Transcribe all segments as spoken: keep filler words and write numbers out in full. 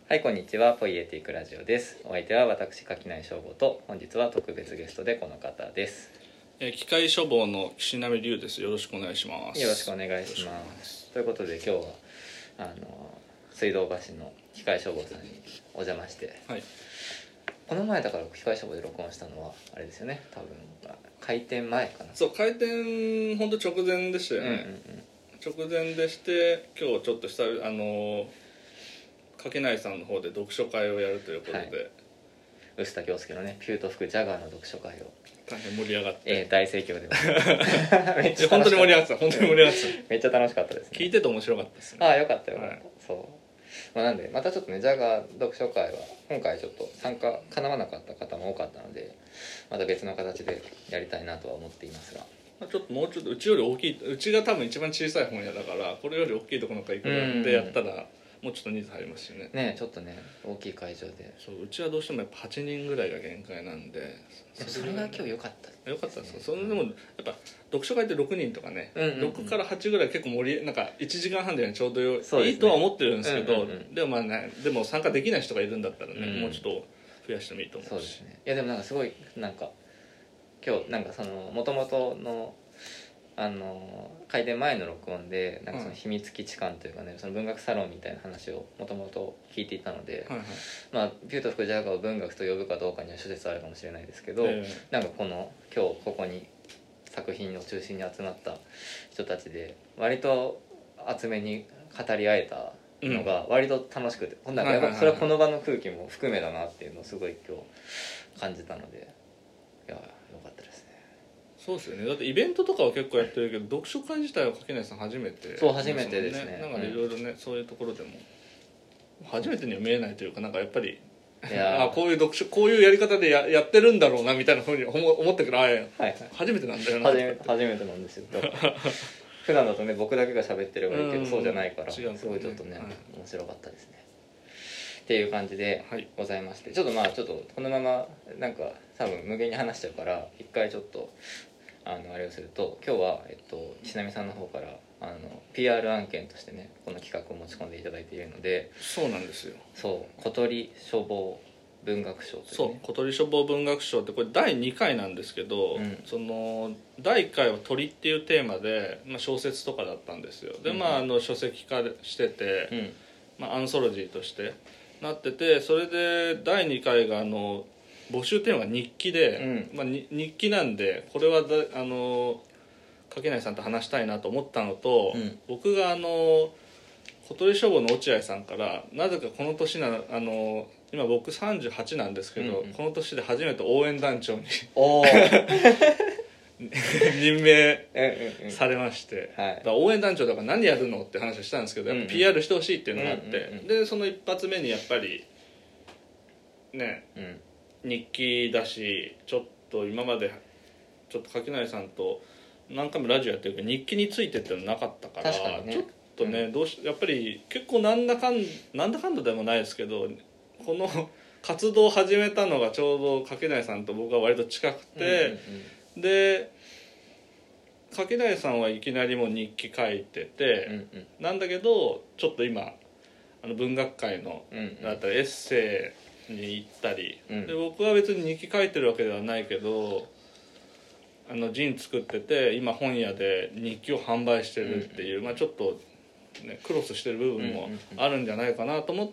はい、こんにちは。ポイエティックラジオです。お相手は私垣内翔吾と、本日は特別ゲストでこの方です。 えー、機械処方の岸波龍です。よろしくお願いします。 よろしくお願いします。ということで今日はあの水道橋の機械処方さんにお邪魔して、はい、この前だから機械処方で録音したのはあれですよね。多分開店前かな。 そう、開店本当直前でしたよね。うんうんうん、直前でして、今日ちょっとしたあの垣内さんの方で読書会をやるということで、はい、 臼田恭介のねピュート吹くジャガーの読書会を大変盛り上がって、 えー、大盛況でめっちゃ本当に盛り上がってた本当に盛り上がってためっちゃ楽しかったですね。 聞いてて面白かったですね。 ああよかったよかった、はい、そう、まあ、なんでまたちょっとねジャガー読書会は今回ちょっと参加かなわなかった方も多かったので、また別の形でやりたいなとは思っていますが、 ちょっともうちょっとうちより大きい、うちが多分一番小さい本屋だからこれより大きいところの会でやったらもうちょっと人数入りますしね。 ねちょっとね大きい会場で、 そう、うちはどうしてもやっぱはちにんぐらいが限界なんで、 それが今日良かったですね。 良かったですよ。それでもやっぱ読書会ってろくにんとかね、うんうんうん、ろくからはちぐらい結構盛りなんかいちじかんはんでちょうどよ、ね、いいとは思ってるんですけど、うんうんうん、でもまあね、でも参加できない人がいるんだったらね、うん、もうちょっと増やしてもいいと思うし。 そうですね。いやでもなんかすごいなんか今日なんかその元々のあの開店前の録音でなんかその秘密基地感というかね、その文学サロンみたいな話をもともと聞いていたので、はいはい、まあピュート吹くジャガーを文学と呼ぶかどうかには諸説あるかもしれないですけど、えー、なんかこの今日ここに作品を中心に集まった人たちで割と厚めに語り合えたのが割と楽しくて、うん、なんかやっぱそれはこの場の空気も含めだなっていうのをすごい今日感じたので、いやよかったですね。 そうですよね。だってイベントとかは結構やってるけど読書会自体は垣内さん初めて、 そう初めてですね。 なんかいろいろね、うん、そういうところでも初めてには見えないというか、なんかやっぱりいやあこういう読書こういうやり方で や, やってるんだろうなみたいなふうに思思ってくる。あ、はいはい、初めてなんだよな。 初めて初めてなんですよ。普段だとね僕だけが喋ってればいいけど、うん、そうじゃないからすごいちょっとね、はい、面白かったですね。っていう感じでございまして、はい、ちょっとまあちょっとこのままなんか多分無限に話しちゃうから一回ちょっとあのあれをすると、今日は、えっと、岸波さんの方からあの ピーアール 案件としてねこの企画を持ち込んでいただいているので。 そうなんですよ。 そう小鳥書房文学賞という、ね、 そう小鳥書房文学賞ってこれだいにかいなんですけど、うん、そのだいいっかいは鳥っていうテーマで、まあ、小説とかだったんですよ。で、うん、まああの書籍化してて、うんまあ、アンソロジーとしてなってて、それでだいにかいがあの募集テーマが日記で、うんまあ、日記なんでこれはだあの垣内さんと話したいなと思ったのと、うん、僕があの小鳥書房の落合さんからなぜかこの年なあの今僕さんじゅうはちなんですけど、うんうん、この年で初めて応援団長に任命されまして、うんうんうん、だから応援団長だから何やるのって話をしたんですけど、やっぱ ピーアール してほしいっていうのがあって、うんうんうん、でその一発目にやっぱりね、うん日記だし、ちょっと今までちょっと垣内さんと何回もラジオやってるけど日記についてっていうのなかったから、 確かにね、 ちょっとね、うん、どうしやっぱり結構なんだかんなんだかんだでもないですけど、この活動を始めたのがちょうど垣内さんと僕は割と近くて、うんうんうん、で垣内さんはいきなりもう日記書いてて、うんうん、なんだけどちょっと今あの文学界の、うんうん、だったらエッセイに行ったり、うん、で僕は別に日記書いてるわけではないけどあのジン作ってて今本屋で日記を販売してるっていう、うんまあ、ちょっと、ね、クロスしてる部分もあるんじゃないかなと思って、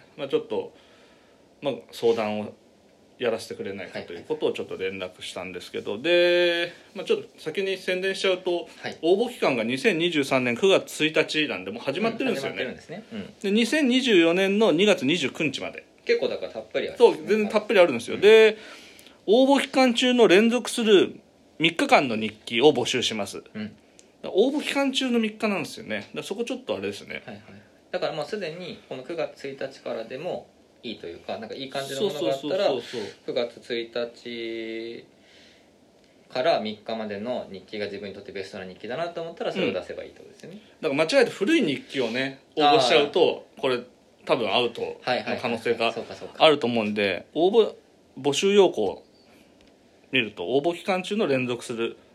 まあ、ちょっと、まあ、相談をやらせてくれないかということをちょっと連絡したんですけど、で、まあ、ちょっと先に宣伝しちゃうと、はい、応募期間がにせんにじゅうさんねんくがつついたちなんでもう始まってるんですよね、うん、始まってるんですね、うん、でにせんにじゅうよねんのにがつにじゅうくにちまで結構だからたっぷりある、ね、 そう全然たっぷりあるんですよ、うん、で応募期間中の連続するみっかかんの日記を募集します、うん、応募期間中のみっかなんですよね。だそこちょっとあれですね、はいはい、 だからもうすでにこのくがつついたちからでもいいというか、なんかいい感じのものがあったらくがつついたちからみっかまでの日記が自分にとってベストな日記だなと思ったらそれを出せばいいってことですよね、 うん、だから間違えて古い日記をね応募しちゃうとこれ多分アウトの可能性があると思うんで、応募募集要項を見ると応募期間中の連続する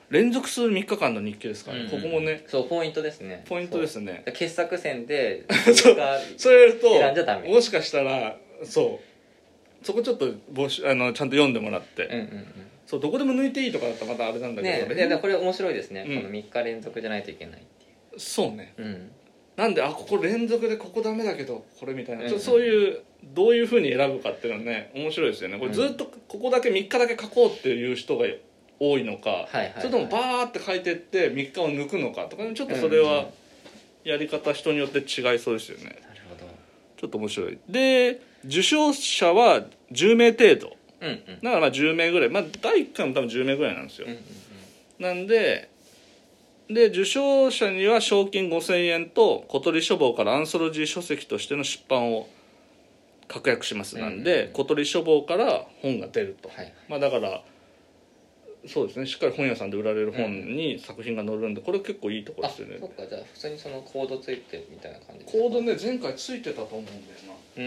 連続するみっかかんの日記ですからね、 うんうん、 ここもねそうポイントですね。 ポイントですね。 傑作選でそうそれやると選んじゃダメ。 もしかしたらそうそこちょっと募集あのちゃんと読んでもらって、 うんうんうん、 そうどこでも抜いていいとかだったらまたあれなんだけどね。でこれ面白いですね、 うん、 このみっか連続じゃないといけないっていう。 そうね、 うん、 なんであここ連続でここダメだけどこれみたいな、 うんうん、 そういうどういうふうに選ぶかっていうのはね面白いですよね。これずっとここだけみっかだけ書こうっていう人が多いのか、 はいはいはい、 それともバーって書いてってみっかを抜くのかとかちょっとそれはやり方人によって違いそうですよね。なるほど。 ちょっと面白い。で受賞者はじゅうめい程度、 うんうん、 だからまあじゅうめいぐらい、まあだいいっかいも多分じゅうめいぐらいなんですよ、 うんうんうん、 なんでで受賞者には賞金ごせんえんと小鳥書房からアンソロジー書籍としての出版を確約します。なんで、うんうんうん、小鳥書房から本が出ると、はい、まあだからそうですね、しっかり本屋さんで売られる本に作品が載るんで、これ結構いいところですよね。 あ、そっか、じゃあ普通にそのコードついてるみたいな感じですか。コードね前回ついてたと思うんだよな。 うん、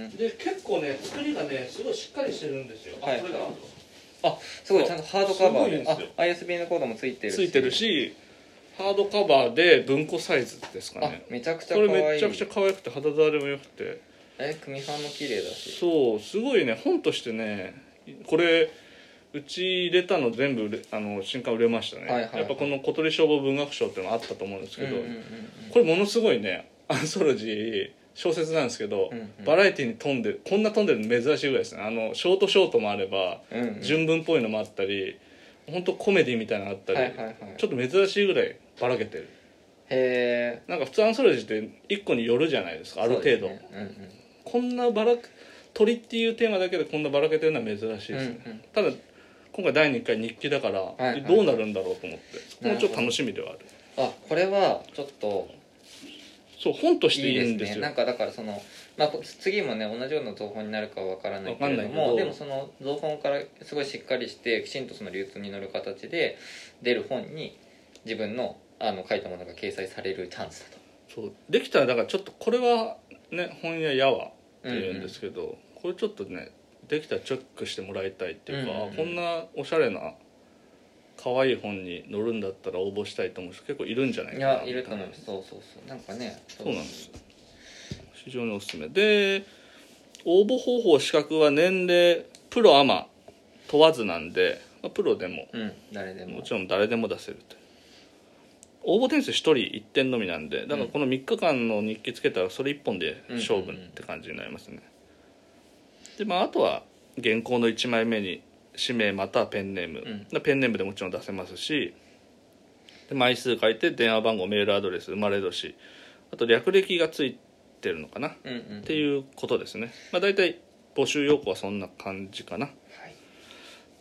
で結構ね作りがねすごいしっかりしてるんですよ。 はい、 あこれだあすごいちゃんとハードカバーで、 あアイエスビー のコードもついてるしついてるしハードカバーで文庫サイズですかね。 あめちゃくちゃ可愛い。 これめちゃくちゃ可愛くて肌触りも良くて、 え組版も綺麗だし、 そうすごいね本としてね。これうち入れたの全部あの新刊売れましたね、はいはいはい、やっぱこの小鳥消防文学賞っていうのがあったと思うんですけど、うんうんうんうん、これものすごいねアンソロジー小説なんですけど、うんうん、バラエティに富んでこんな飛んでるの珍しいぐらいですね。あのショートショートもあれば、うんうん、純文っぽいのもあったり本当コメディみたいなのあったり、はいはいはい、ちょっと珍しいぐらいばらけてる。 へえ。 なんか普通アンソロジーっていっこによるじゃないですか、ある程度、ね、うんうん、こんなばら鳥っていうテーマだけでこんなばらけてるのは珍しいですね、うんうん、ただ今回だいにかい日記だから、はいはい、どうなるんだろうと思って、そこもちょっと楽しみではある。 あこれはちょっとそう本としていいんですよ。 いいですね。なんかだからその、まあ、次もね同じような造本になるかは分からないけれども、でもその造本からすごいしっかりしてきちんとその流通に乗る形で出る本に自分のあの書いたものが掲載されるチャンスだと。そうできたらだからちょっとこれはね本屋やわっていうんですけど、うんうん、これちょっとねできたらチェックしてもらいたいっていうか、うんうんうん、こんなおしゃれな可愛い本に載るんだったら応募したいと思う人結構いるんじゃないかな。 いやいると思います。そうそうそうなんかねそうなんです非常におすすめで、応募方法資格は年齢プロアマ問わずなんで、まあ、プロでも、 うん、誰でももちろん誰でも出せると。応募点数ひとりいってんのみなんで、だからこのみっかかんの日記つけたらそれいっぽんで勝負って感じになりますね。で、まあ、あとは原稿のいちまいめに氏名またはペンネーム、うん、ペンネームでもちろん出せますし、で枚数書いて電話番号メールアドレス生まれ年あと略歴がついてるのかな、うんうん、っていうことですね。まあ、大体募集要項はそんな感じかな、はい、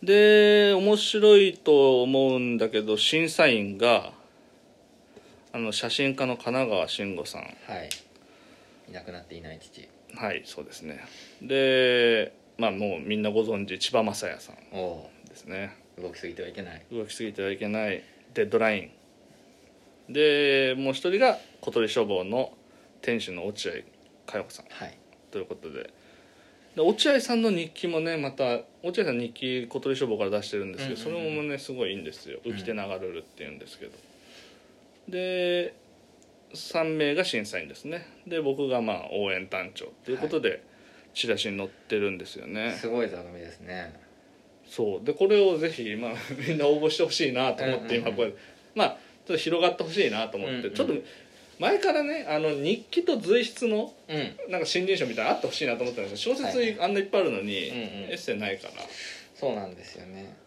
で面白いと思うんだけど審査員があの写真家の金奈川慎吾さん、はい、 いなくなっていない父、 はいそうですね。でまあもうみんなご存知千葉雅也さんですね。 動きすぎてはいけない動きすぎてはいけないデッドラインで、もう一人が小鳥書房の店主の落合佳代子さん、はい、ということで、で落合さんの日記もねまた落合さんの日記小鳥書房から出してるんですけど、うんうんうん、それもねすごいいいんですよ。浮きて流れるっていうんですけど、うん、でさんめいが審査員ですね。で僕がまあ応援団長ということで、はい、チラシに載ってるんですよね。 すごい座組ですね。 そうでこれをぜひ、まあ、みんな応募してほしいなと思って今これ、うんうんうん、まあちょっと広がってほしいなと思って、うんうん、ちょっと前からねあの日記と随筆の、うん、なんか新人賞みたいなのあってほしいなと思ったんですけど、小説、はい、あんないっぱいあるのに、うんうん、エッセイないから。 そうなんですよね。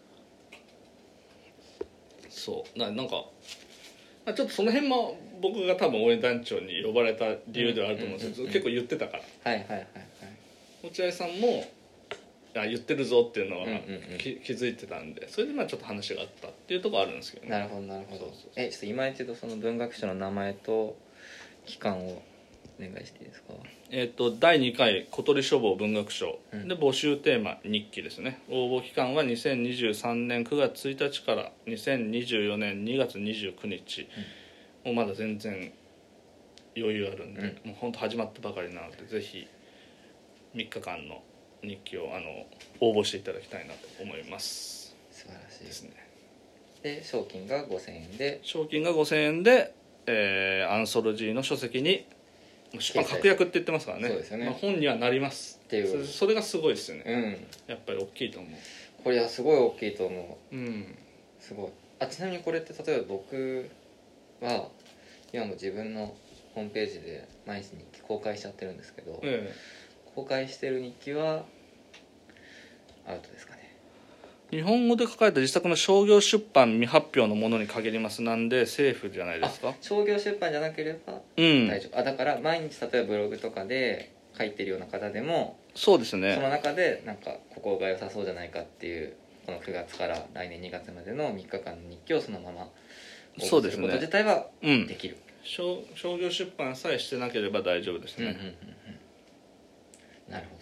そうななんかちょっとその辺も僕が多分応援団長に呼ばれた理由ではあると思うんですけど、うんうんうんうん、結構言ってたから、はいはいはいはい、落合さんもあ言ってるぞっていうのは、うんうんうん、気づいてたんで、それでまあちょっと話があったっていうところあるんですけどね。 なるほどなるほど。そうそうそう、えちょっと今一度その文学賞の名前と期間をお願いしていいですか。 えー、とだいにかい小鳥書房文学賞、うん、で募集テーマ日記ですね。応募期間はにせんにじゅうさんねんくがつついたちからにせんにじゅうよねんにがつにじゅうくにち、うん、もうまだ全然余裕あるんで、うん、もう本当始まったばかりなのでぜひみっかかんの日記をあの応募していただきたいなと思います。 素晴らしいですね。 で賞金がごせんえんで賞金がごせんえんで、えーアンソロジーの書籍に出版確約って言ってますからね。 そうですよね、 まあ、本にはなりますっていう、 それ、それがすごいですよね、 うん、 やっぱり大きいと思う。 これはすごい大きいと思う。 うん、 すごい。あ、ちなみにこれって例えば僕は今も自分のホームページで毎日日記公開しちゃってるんですけど、 え公開してる日記はアウトですかね。 え、日本語で書かれた自作の商業出版未発表のものに限りますなんでセーフじゃないですか。 商業出版じゃなければうん大丈夫、あ、だから毎日例えばブログとかで書いてるような方でもそうですそのね。 中でなんかここが良さそうじゃないかっていうこのくがつから来年にがつまでのみっかかんの日記をそのまま応募すること自体はうんできる。 商商業出版さえしてなければ大丈夫ですね、 うんうんうんうん、なるほ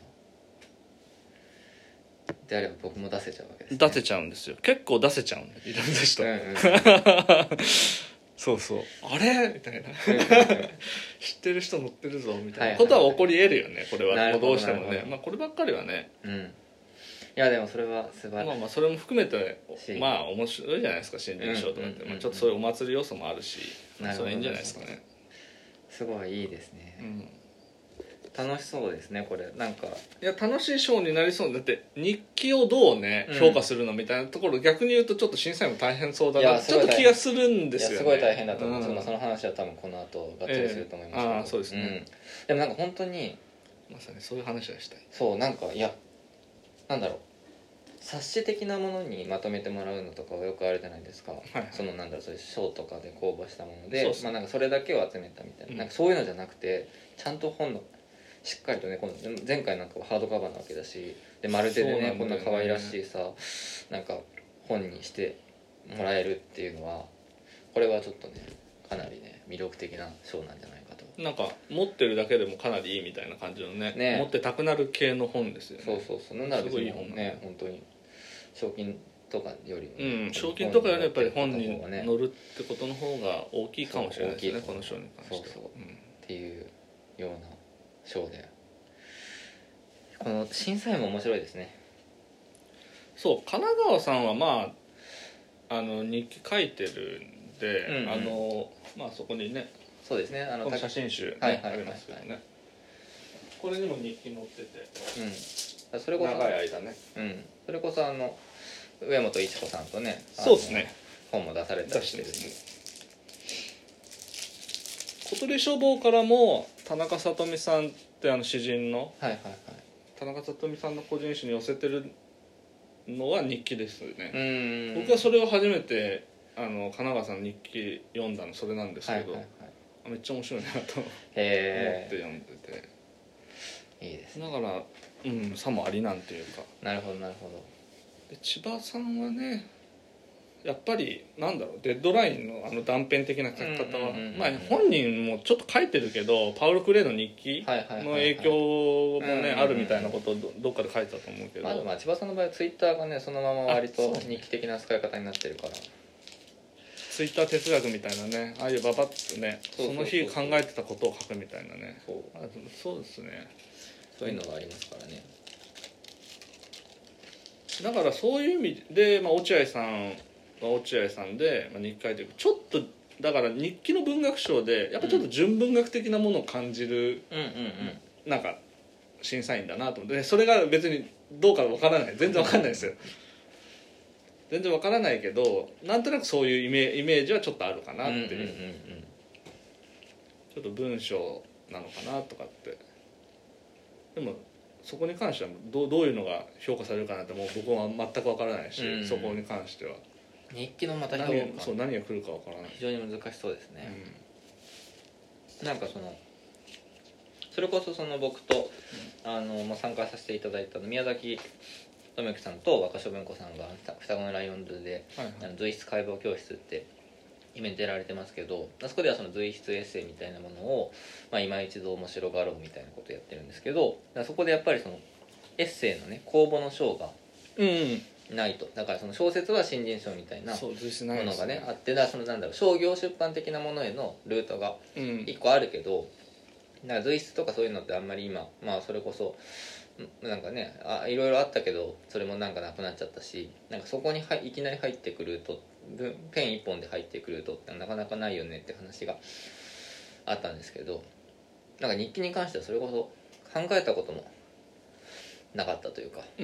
ど。であれば僕も出せちゃうわけですね。 出せちゃうんですよ。結構出せちゃうんでいろんな人、 うんうんうんそうそう、あれみたいな知ってる人乗ってるぞみたいなはいはいはいことは起こり得るよね、これは。 なるほどどうしてもなるほど、 ねまあ、こればっかりはね、 うん、いやでもそれは素晴らしい。 まあまあそれも含めてしまあ面白いじゃないですか、新人賞とかって、 うんうんうんうんまあ、ちょっとそういうお祭り要素もあるし、 なるほどそれはいいんじゃないですかね。 すごいいいですね、 うん、 楽しそうですねこれ。なんかいや楽しい賞になりそうだって、日記をどうね、 うん評価するのみたいなところ、逆に言うとちょっと審査員も大変そうだいなちょっやすごい大変と気がするんですよね。 いやすごい大変だと思う、 うんちょっとまあその話は多分この後がっつりすると思いますけど、 ええああそうですね、 うん、でもなんか本当にまさにそういう話がしたい。 そうなんかいやなんだろう、冊子的なものにまとめてもらうのとかはよくあるじゃないですか、 はいはい、 そのなんだろう、そういう賞とかで公募したものでそうそうまあ、なんかそれだけを集めたみたいな、 うん、 なんかそういうのじゃなくてちゃんと本のしっかりとね、この前回なんかはハードカバーなわけだし、で丸手でねこんな可愛らしいさなんか本にしてもらえるっていうのは、これはちょっとねかなりね魅力的な賞なんじゃないかと。 なんか持ってるだけでもかなりいいみたいな感じの ね, ね持ってたくなる系の本ですよね。 そうそうそう、なんなら別にすごいいい本ね本当に賞金とかよりも、 うん、賞金とかよりやっぱり本に乗るってことの方が大きいかもしれないですね、この賞に関しては。 そうそう、 うん、 っていうような賞で、この審査員も面白いですね。 そう神奈川さんはまああの日記書いてるんで、 うんうん、 あのまあそこにねそうですね、あのこの写真集、ね、 はいはいはいはい、 ありますけどね、これにも日記載ってて、 うん、それこそ長い間ね、 うん、それこそあの上本一子さんとね、 そうですね、 本も出されたりしてるんで、 小鳥書房からも田中さとみさんってあの詩人の、 はいはいはい、 田中さとみさんの個人誌に寄せてるのは日記ですよね。 うん、 僕はそれを初めてあの神奈川さんの日記読んだのそれなんですけど、 はいはいはい、 めっちゃ面白いなと思ってへ読んでて、 いいですね。 だからうんさもありなんていうか。 なるほどなるほど。 で千葉さんはねやっぱりなんだろう、デッドラインのあの断片的な書き方はまあ本人もちょっと書いてるけどパウロ・クレイの日記の影響もねあるみたいなことを ど, どっかで書いてたと思うけど、 まあ、まあ千葉さんの場合はツイッターがねそのまま割と日記的な使い方になってるから、 ツイッター哲学みたいなね、ああいうババッとね、その日考えてたことを書くみたいなね、 そうあそうですね、 そういうのがありますからね。 だからそういう意味で、まあ、落合さんは落合さんで、まあ、日記書いてるちょっとだから日記の文学賞でやっぱちょっと純文学的なものを感じる、 うんうんうん、 なんか審査員だなと思って、それが別にどうかわからない、全然わかんないですよ全然わからないけど、なんとなくそういうイメイメージはちょっとあるかなっていう、うんうんうんうん、ちょっと文章なのかなとかって。でもそこに関してはどう、どういうのが評価されるかなってもう僕は全くわからないし、うんうん、そこに関しては日記のまた評価そう何が来るかわからない、 非常に難しそうですね、うん、なんかそのそれこそその僕と、うん、あの、まあ、参加させていただいた宮崎智之さんと若所文子さんが双子のライオンズで、はいはい、あの随筆解剖教室ってイベントやられてますけど、あそこではその随筆エッセイみたいなものを、まあ、今一度面白がろうみたいなことをやってるんですけど、そこでやっぱりそのエッセイのね公募の賞がないと、だからその小説は新人賞みたいなものがねあって、だからそのなんだろう商業出版的なものへのルートが一個あるけど、だから随筆とかそういうのってあんまり今、まあそれこそなんかねあいろいろあったけどそれもなんかなくなっちゃったし、なんかそこにはいきなり入ってくると文ペン一本で入ってくるとってなかなかないよねって話があったんですけど、なんか日記に関してはそれこそ考えたこともなかったというか、 うん、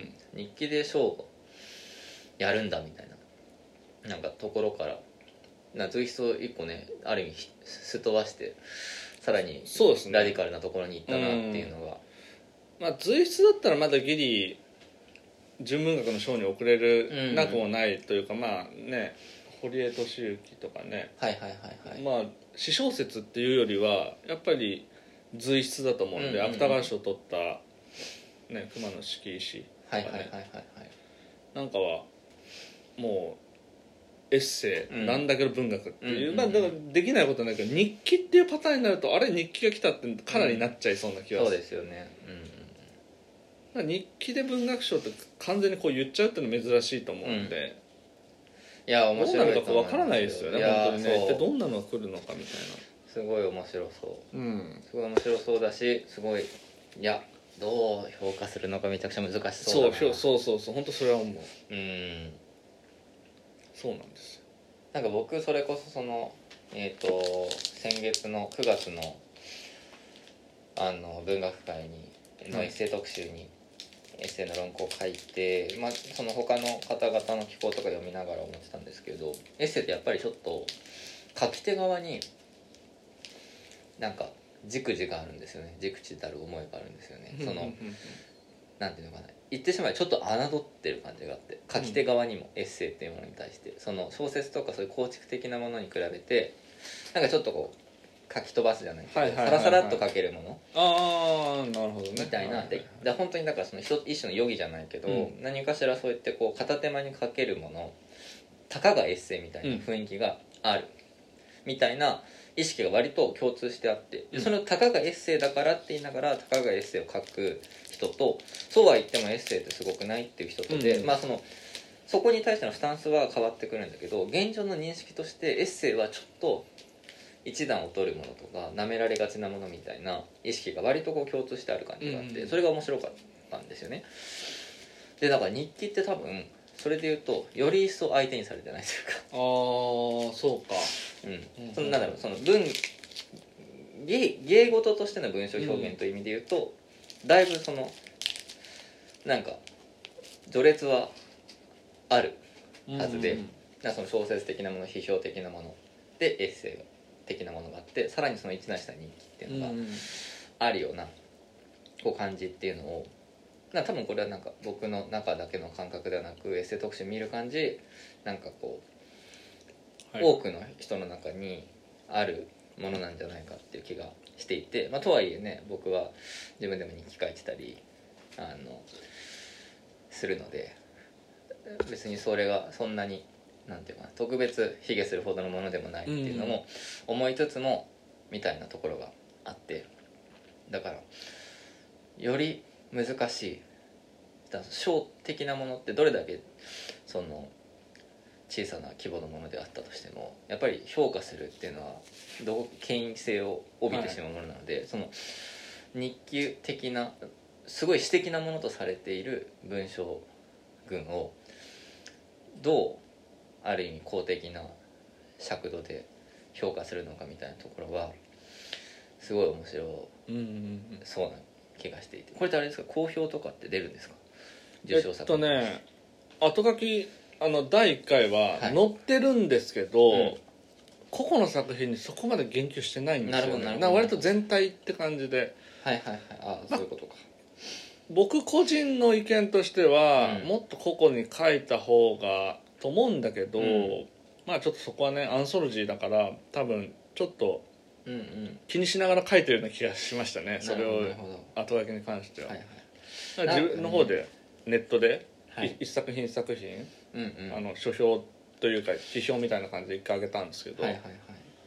日記で賞をやるんだみたいななんかところからな随筆を一個ねある意味すっ飛ばしてさらにそうですねラディカルなところに行ったなっていうのが、 まあ随筆だったらまだギリ純文学の賞に遅れるなくもないというか、うん、まあね堀江敏行とかね、 はいはいはいはい、 まあ詩小説っていうよりはやっぱり随筆だと思うんで、うんうんうん、芥川賞を取った、ね、熊野四季石とかね、 はいはいはいはいはい、 なんかはもうエッセイ、うん、なんだけど文学っていう、うんうんうん、まあだからできないことないけど日記っていうパターンになるとあれ日記が来たってかなりなっちゃいそうな気がする、うん、 そうですよね、 うんうん、日記で文学賞って完全にこう言っちゃうっていうの珍しいと思うんで、 うん、いや面白いどうなるか分からないですよね本当にね。でどんなのが来るのかみたいな、 すごい面白そう、 うん、 すごい面白そうだし、すごいいやどう評価するのかめちゃくちゃ難しそうだな。 そうそうそうそう本当それは思う。 うんそうなんですよ。 なんか僕それこそそのえっ、ー、と先月のくがつのあの文学会にのエッセイ特集にエッセイの論考を書いて、まあ、その他の方々の寄稿とか読みながら思ってたんですけど、エッセイってやっぱりちょっと書き手側になんか軸地があるんですよね。軸地たる思いがあるんですよね。そのなんていうのかな、言ってしまえばちょっと侮ってる感じがあって、書き手側にもエッセイっていうものに対して、その小説とかそういう構築的なものに比べてなんかちょっとこう書き飛ばすじゃないけど、サラサラっと書けるもの、 ああなるほどねみたいな、でだ本当にだからその一種の余儀じゃないけど、うん、何かしらそうやってこう片手間に書けるもの、たかがエッセイみたいな雰囲気がある、うん、みたいな意識が割と共通してあって、でそのたかがエッセイだからって言いながらたかがエッセイを書く人と、そうは言ってもエッセイってすごくないっていう人とで、うん、まあそのそこに対してのスタンスは変わってくるんだけど、現状の認識としてエッセイはちょっと一段を取るものとか舐められがちなものみたいな意識が割とこう共通してある感じがあって、うん、それが面白かったんですよね。でだから日記って多分それで言うとより一層相手にされてないというか、 ああそうか、 うん、そのなんだろう、その文芸芸事としての文章表現という意味で言うと、うん、だいぶそのなんか序列はあるはずで、うんうん、なんかその小説的なもの、批評的なものでエッセイ的なものがあって、さらにその一なした日記っていうのがあるようなこう感じっていうのを、多分これはなんか僕の中だけの感覚ではなくエッセイ特集見る感じ、なんかこう、はい、多くの人の中にあるものなんじゃないかっていう気がしていて、まあ、とはいえね僕は自分でも日記書いてたりあのするので、別にそれがそんなになんていうかな特別卑下するほどのものでもないっていうのも思いつつもみたいなところがあって、だからより難しい小的なものってどれだけその小さな規模のものであったとしてもやっぱり評価するっていうのはどう権威性を帯びてしまうものなので、はい、その日記的なすごい詩的なものとされている文章群をどうある意味公的な尺度で評価するのかみたいなところはすごい面白そうな気がしていて、これってあれですか、好評とかって出るんですか、受賞作。 えっとね後書きあのだいいっかいは載ってるんですけど、はい、うん、個々の作品にそこまで言及してないんですよね。なるほど、割と全体って感じで、 はいはいはい、ああそういうことか。 僕個人の意見としては、うん、もっと個々に書いた方がと思うんだけど、うん、まあちょっとそこはねアンソロジーだから多分ちょっと気にしながら書いてるような気がしましたね、それを後書きに関しては、はいはい、自分の方でネットで一作品一作品、うんうん、あの書評というか批評みたいな感じで一回あげたんですけど、はいはいはい、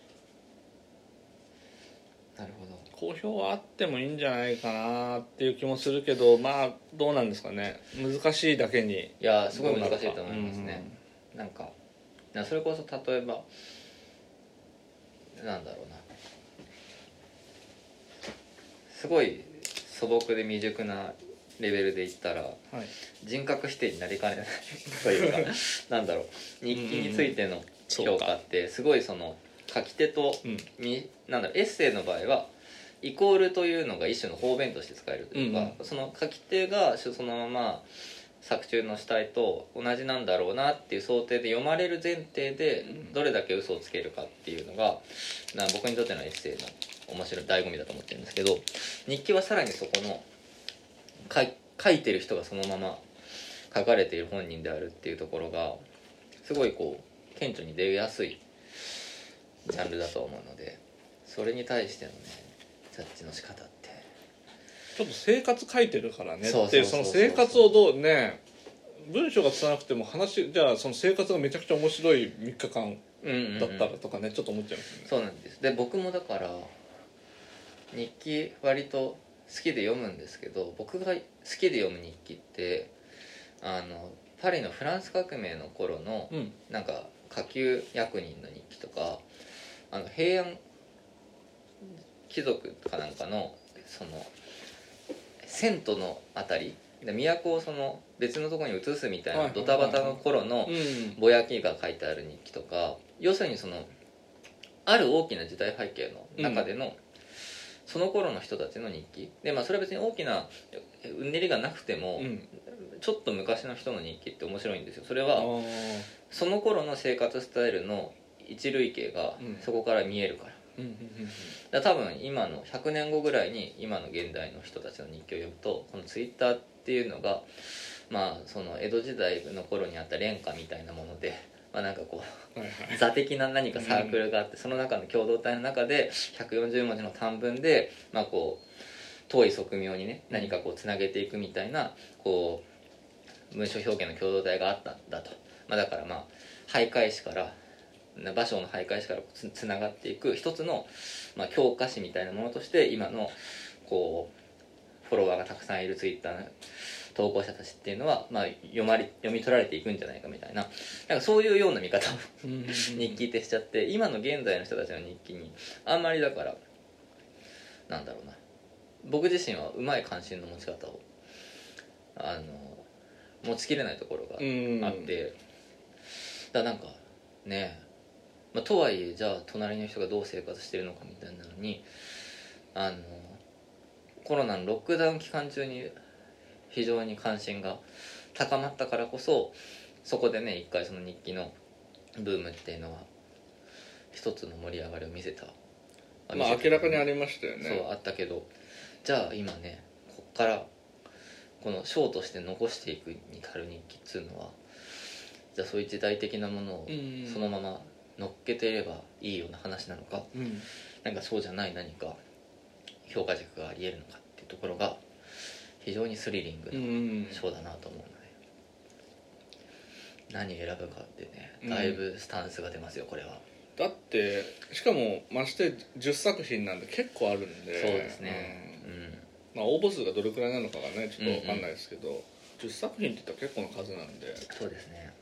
なるほど、 好評はあってもいいんじゃないかなっていう気もするけど、まあどうなんですかね、難しいだけに。いやすごい難しいと思いますね、うん、なんかそれこそ例えばなんだろうな、すごい素朴で未熟なレベルで言ったら、 はい、 人格否定になりかねないというかなんだろう、日記についての評価ってすごいその書き手と、うん、なんだろう、エッセイの場合はイコールというのが一種の方便として使えるというか、うん、その書き手がそのまま作中の主体と同じなんだろうなっていう想定で読まれる前提でどれだけ嘘をつけるかっていうのがな僕にとってのエッセイの面白い醍醐味だと思ってるんですけど、日記はさらにそこの書い、書いてる人がそのまま書かれている本人であるっていうところがすごいこう顕著に出やすいジャンルだと思うので、それに対してのねジャッジの仕方ってちょっと生活書いてるからねって、その生活をどうね、文章がつななくても話、じゃあその生活がめちゃくちゃ面白いみっかかんだったらとかね、うんうんうん、ちょっと思っちゃいますね。 そうなんです。で僕もだから日記割と好きで読むんですけど、僕が好きで読む日記ってあのパリのフランス革命の頃の、うん、なんか下級役人の日記とか、あの平安貴族かなんかのその遷都のあたりで都をその別のところに移すみたいなドタバタの頃のぼやきが書いてある日記とか、要するにそのある大きな時代背景の中での、うん、その頃の人たちの日記で、まあそれは別に大きなうねりがなくても、うん、ちょっと昔の人の日記って面白いんですよ。それはその頃の生活スタイルの一類型がそこから見えるから、うん、だから多分今のひゃくねんごぐらいに今の現代の人たちの日記を読むと、このツイッターっていうのがまあその江戸時代の頃にあった廉価みたいなもので、まあ、なんかこう、はいはい、座的な何かサークルがあって、うん、その中の共同体の中でひゃくよんじゅうもじの短文で、まあ、こう遠い側面にね何かこうつなげていくみたいなこう文章表現の共同体があったんだと、まあ、だからまあ徘徊史から芭蕉の徘徊史からつ, つながっていく一つの、まあ、教科書みたいなものとして今のこうフォロワーがたくさんいるツイッターの投稿者たちっていうのは、まあ、読, まり読み取られていくんじゃないかみたいな、なんかそういうような見方を日記ってしちゃって、今の現在の人たちの日記にあんまりだからなんだろうな、僕自身はうまい関心の持ち方をあの持ちきれないところがあって、だなんかね、まあ、とはいえじゃあ隣の人がどう生活してるのかみたいなのに、あのコロナのロックダウン期間中に非常に関心が高まったからこそ、そこでね一回その日記のブームっていうのは一つの盛り上がりを見せた、 まあ明らかにありましたよね。 そうあったけど、じゃあ今ねこっからこの章として残していくに至る日記っつうのは、じゃあそういう時代的なものをそのまま乗っけていればいいような話なのか、うん、なんかそうじゃない何か評価軸があり得るのかっていうところが非常にスリリングな章だなと思うので、何選ぶかってねだいぶスタンスが出ますよこれは。 だってしかもましてじゅっさく品なんで結構あるんで、 そうですね、うんうん、 まあ応募数がどれくらいなのかがねちょっと分かんないですけど、うんうん、じゅっさく品って言ったら結構の数なんで。 そうですね。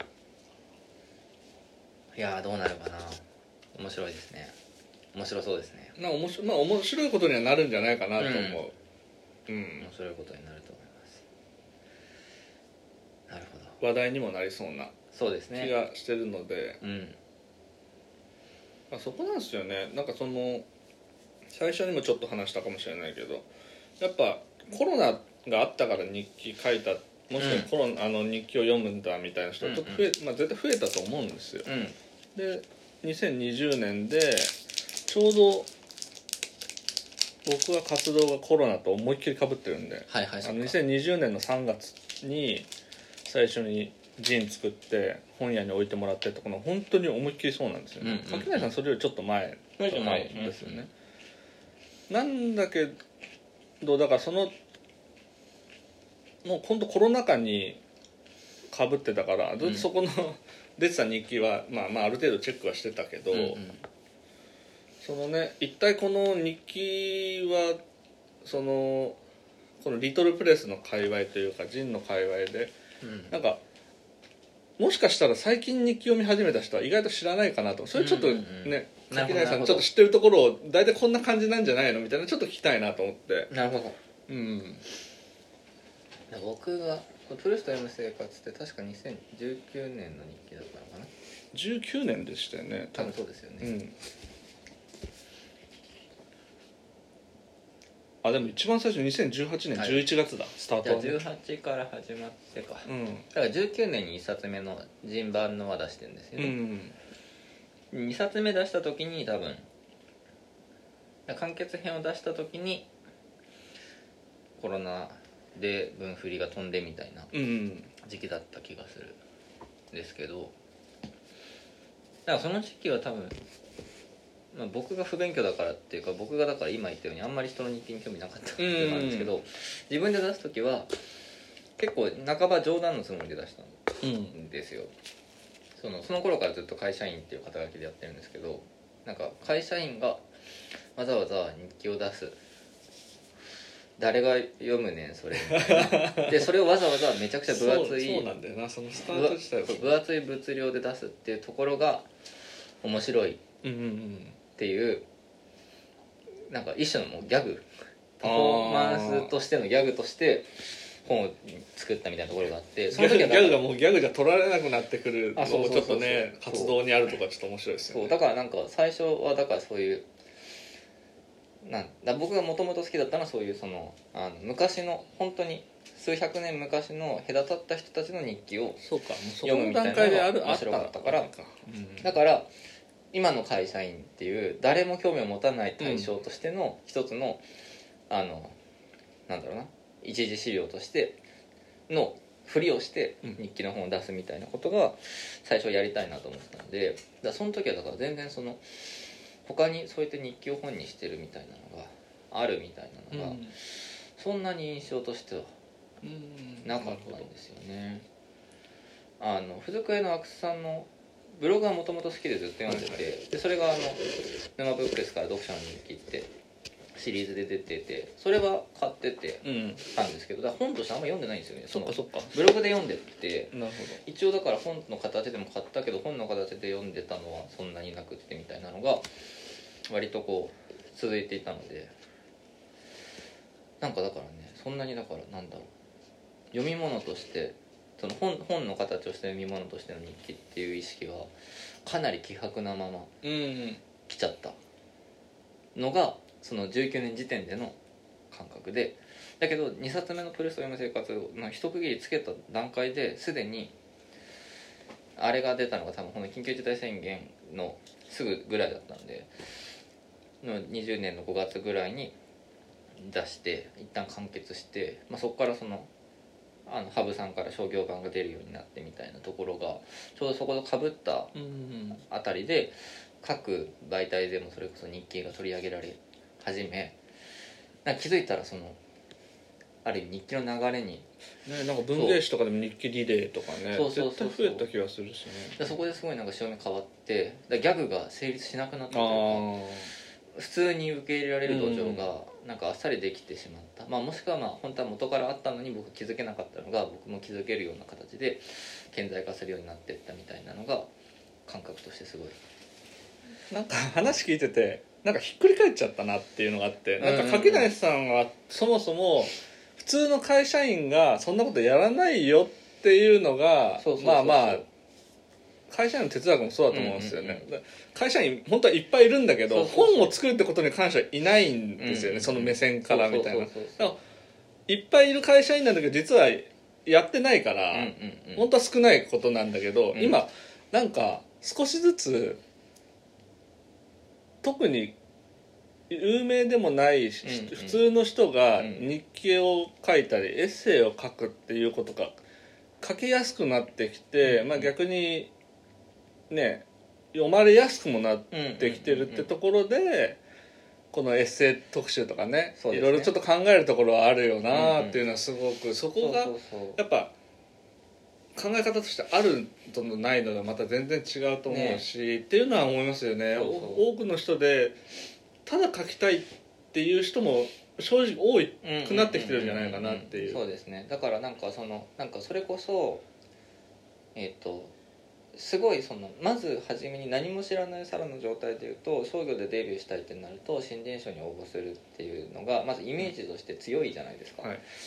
いやーどうなるかな、面白いですね。面白そうですね。 なんか面白、まあ、面白いことにはなるんじゃないかなと思う、 うん、うん、面白いことになると思います。なるほど。 話題にもなりそうなそうですね気がしてるので、うん、まあ、そこなんですよね。なんかその最初にもちょっと話したかもしれないけど、やっぱコロナがあったから日記書いた、もしくはコロナ、うん、あの日記を読むんだみたいな人はちょっと増え、うんうん、まあ、絶対増えたと思うんですよ、うん、でにせんにじゅうねんでちょうど僕は活動がコロナと思いっきり被ってるんで、 はいはい、 あのにせんにじゅうねんのさんがつに最初にジン作って本屋に置いてもらってとこの本当に思いっきりそうなんですよね。柿内さんそれよりちょっと前だったんですよね、うんうん、なんだけどだからそのもう今度コロナ禍に被ってたからずっとそこの出てた日記は、まあ、まあある程度チェックはしてたけど、うんうん、そのね一体この日記はそのこのリトルプレスの界隈というかジンの界隈で、うん、なんかもしかしたら最近日記読み始めた人は意外と知らないかなと、それちょっとね柿内さんちょっと知ってるところを大体こんな感じなんじゃないのみたいなちょっと聞きたいなと思って。 なるほど、 うん、 僕がプルースト読む生活って確かにせんじゅうきゅうねんの日記だったのかな。 じゅうきゅうねんでしたよね多分そうですよね、 うん、あでも一番最初にせんじゅうはちねんじゅういちがつだ、はい、スタートは、ね、 じゃあじゅうはちから始まってか、 うん、 だからじゅうきゅうねんにいっさつめの人版のは出してるんですよね、うん、にさつめ出した時に多分完結編を出した時にコロナで分振りが飛んでみたいな時期だった気がするんですけど、だからその時期は多分、まあ、僕が不勉強だからっていうか、僕がだから今言ったようにあんまり人の日記に興味なかったっていうのがあるんですけど、自分で出す時は結構半ば冗談のつもりで出したんですよ、うん、そのその頃からずっと会社員っていう肩書きでやってるんですけど、なんか会社員がわざわざ日記を出す、誰が読むねんそれみたいなでそれをわざわざめちゃくちゃ分厚いそう、そうなんだよな、そのスタート自体は分厚い物量で出すっていうところが面白いっていう、うんうんうん、なんか一種のもうギャグ、パフォーマンスとしてのギャグとして本を作ったみたいなところがあって、 その時はギャグがもうギャグじゃ取られなくなってくるのもちょっとね活動にあるとかちょっと面白いですよね。 そうだからなんか最初はだからそういうなんだ、僕がもともと好きだったのはそういうそのあの昔の本当に数百年昔の隔たった人たちの日記を読むみたいなのが面白かったから、だから今の会社員っていう誰も興味を持たない対象としての一つの、うん、あのなんだろうな一次資料としてのふりをして日記の本を出すみたいなことが最初やりたいなと思ってたんで、だからその時はだから全然その他にそうやって日記を本にしてるみたいなのがあるみたいなのが、うん、そんなに印象としてはなかったんですよね。あの付属屋の阿久津さんのブログはもともと好きでずっと読んでて、でそれがあの沼ブックレスから読者の日記ってシリーズで出てて、それは買っててたんですけど、だから本としてあんま読んでないんですよね。 そっかそっか、 ブログで読んでて、 なるほど、 一応だから本の形でも買ったけど本の形で読んでたのはそんなになくってみたいなのが割とこう続いていたので、なんかだからねそんなにだからなんだろう、読み物としてその 本, 本の形をした読み物としての日記っていう意識がかなり希薄なまま来ちゃったのがそのじゅうきゅうねん時点での感覚で、だけどにさつめのプルースト読む生活の一区切りつけた段階ですでにあれが出たのが多分この緊急事態宣言のすぐぐらいだったんでのにじゅうねんのごがつぐらいに出して一旦完結して、まあ、そこからそのあの羽生さんから商業版が出るようになってみたいなところがちょうどそことかぶったあたりで、各媒体でもそれこそ日記が取り上げられ始め、なんか気づいたらそのある意味日記の流れに、 ね、なんか文芸誌とかでも日記リレーとかねそうそうそうそう絶対増えた気がするしね。 そこですごいなんか潮目変わって、だギャグが成立しなくなったというか普通に受け入れられる土壌がなんかあっさりできてしまった、うん、まあ、もしくはまあ本当は元からあったのに僕気づけなかったのが僕も気づけるような形で顕在化するようになっていったみたいなのが感覚としてすごいなんか話聞いててなんかひっくり返っちゃったなっていうのがあって、なんか柿谷さんはそもそも普通の会社員がそんなことやらないよっていうのがまあまあ会社員の哲学もそうだと思うんですよね、うんうんうん、会社員本当はいっぱいいるんだけどそうそうそう本を作るってことに関してはいないんですよね、うんうん、その目線からみたいな。いっぱいいる会社員なんだけど実はやってないから、うんうんうん、本当は少ないことなんだけど、うん、今なんか少しずつ特に有名でもない、うんうん、普通の人が日記を書いたりエッセイを書くっていうことが書きやすくなってきて、うんまあ、逆にね読まれやすくもなってきてるってところでこのエッセイ特集とか ね, ねいろいろちょっと考えるところはあるよなっていうのはすごくそこがやっぱ考え方としてあるとないのはまた全然違うと思うし、ね、っていうのは思いますよね。そうそう多くの人でただ書きたいっていう人も正直多くなってきてるんじゃないかなっていう。 そうですね。だからなんかそのなんかそれこそえっ、ー、とすごいそのまず初めに何も知らないサラの状態でいうと商業でデビューしたいってなると新人賞に応募するっていうのがまずイメージとして強いじゃないですか、 はい、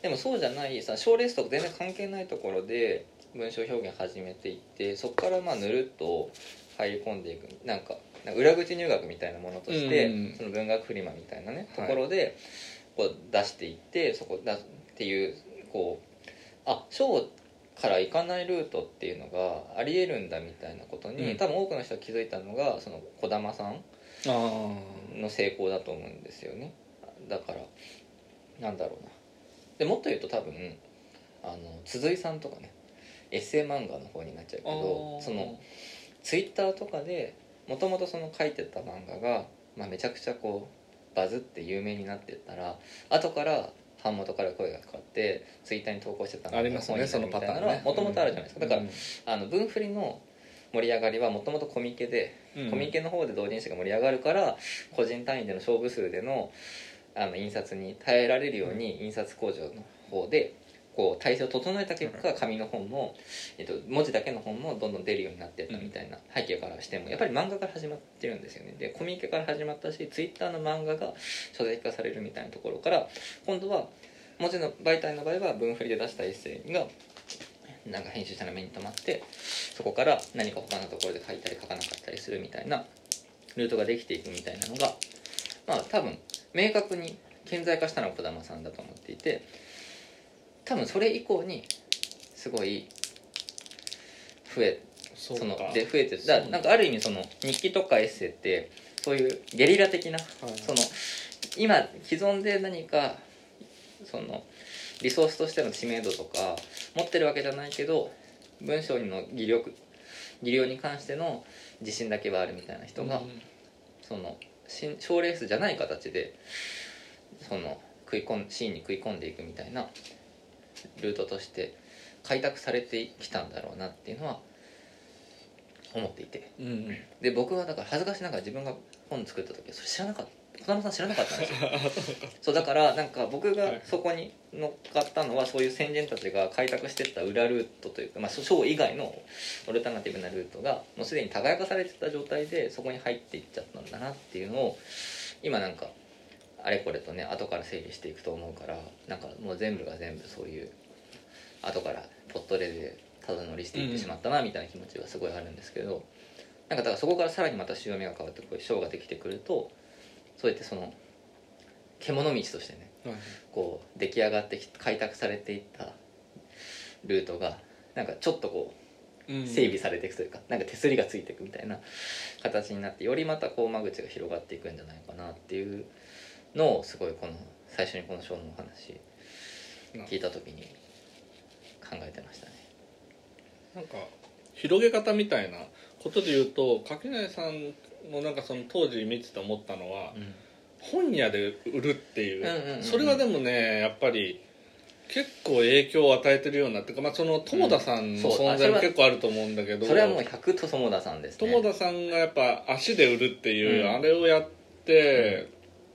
でもそうじゃないさ賞レースとか全然関係ないところで文章表現始めていって、そこからまあぬるっと入り込んでいく、なんかなんか裏口入学みたいなものとして、うん、その文学フリマみたいなね、はい、ところでこう出していって、そこだっていうこうあ賞から行かないルートっていうのがありえるんだみたいなことに、うん、多分多くの人が気づいたのがその児玉さんの成功だと思うんですよね。だからなんだろうな、でもっと言うと多分あの鈴井さんとかねエッセイ漫画の方になっちゃうけど、そのツイッターとかでもともとその書いてた漫画が、まあ、めちゃくちゃこうバズって有名になってったら後から版元から声がかかってツイッターに投稿してたのが本になるみたいなのはもともとあるじゃないですか。だから、うん、あの文振りの盛り上がりはもともとコミケで、うん、コミケの方で同人誌が盛り上がるから個人単位での勝負数での、あの印刷に耐えられるように印刷工場の方でこう体制を整えた結果紙の本も、えっと、文字だけの本もどんどん出るようになっていったみたいな背景からしてもやっぱり漫画から始まってるんですよね。でコミケから始まったしツイッターの漫画が書籍化されるみたいなところから今度は文字の媒体の場合は文振りで出したエッセイがなんか編集者の目に留まってそこから何か他のところで書いたり書かなかったりするみたいなルートができていくみたいなのがまあ多分明確に顕在化したのは児玉さんだと思っていて、多分それ以降にすごい増えそうそので増えてる。だからなんかある意味その日記とかエッセイってそういうゲリラ的な、はい、その今既存で何かそのリソースとしての知名度とか持ってるわけじゃないけど文章の技力技量に関しての自信だけはあるみたいな人が、うん、その賞レースじゃない形でその食い込んシーンに食い込んでいくみたいなルートとして開拓されてきたんだろうなっていうのは思っていて、うん、で僕はだから恥ずかしながら自分が本作った時はそれ知らなかった児玉さん知らなかったんですよそうだからなんか僕がそこに乗っかったのはそういう先人たちが開拓していった裏ルートというか、まあ、賞以外のオルタナティブなルートがもうすでに多概化されてた状態でそこに入っていっちゃったんだなっていうのを今なんかあれこれとね後から整理していくと思うから、なんかもう全部が全部そういう後からポットレでただ乗りしていってしまったなみたいな気持ちがすごいあるんですけど、なんかだからそこからさらにまた潮目が変わってこういうショーができてくるとそうやってその獣道としてね、はい、こう出来上がってき開拓されていったルートがなんかちょっとこう整備されていくというか、なんか手すりがついていくみたいな形になってよりまたこう間口が広がっていくんじゃないかなっていうのをすごいこの最初にこのショーのお話聞いた時に考えてましたね。 なんか広げ方みたいなことで言うと垣内さんもなんかその当時見てて思ったのは、うん、本屋で売るっていう、うんうんうんうん、それはでもねやっぱり結構影響を与えてるようなっていうか、まあ、その友田さんの存在も結構あると思うんだけど、 うん、それはもうひゃくと友田さんですね。 友田さんがやっぱ足で売るっていう、うん、あれをやって、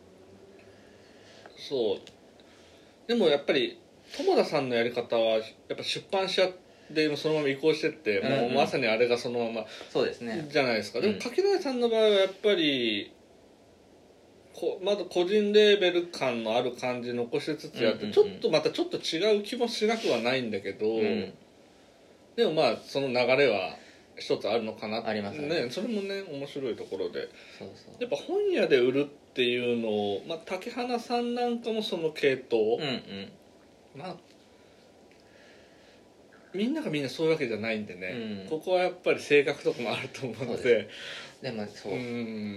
うん、そうでもやっぱり友田さんのやり方はやっぱ出版社でそのまま移行してって、うんうん、もうまさにあれがそのままそうですねじゃないですか。でも垣内さんの場合はやっぱりこまだ個人レーベル感のある感じ残しつつやって、うんうんうん、ちょっとまたちょっと違う気もしなくはないんだけど、うん、でもまあその流れは一つあるのかなってありますね。 ね、それもね面白いところで、 そうそうやっぱ本屋で売るっていうのを、まあ、竹花さんなんかもその系統、うんうん、まあみんながみんなそういうわけじゃないんでね、うん、ここはやっぱり性格とかもあると思うので、 でもそう、うん、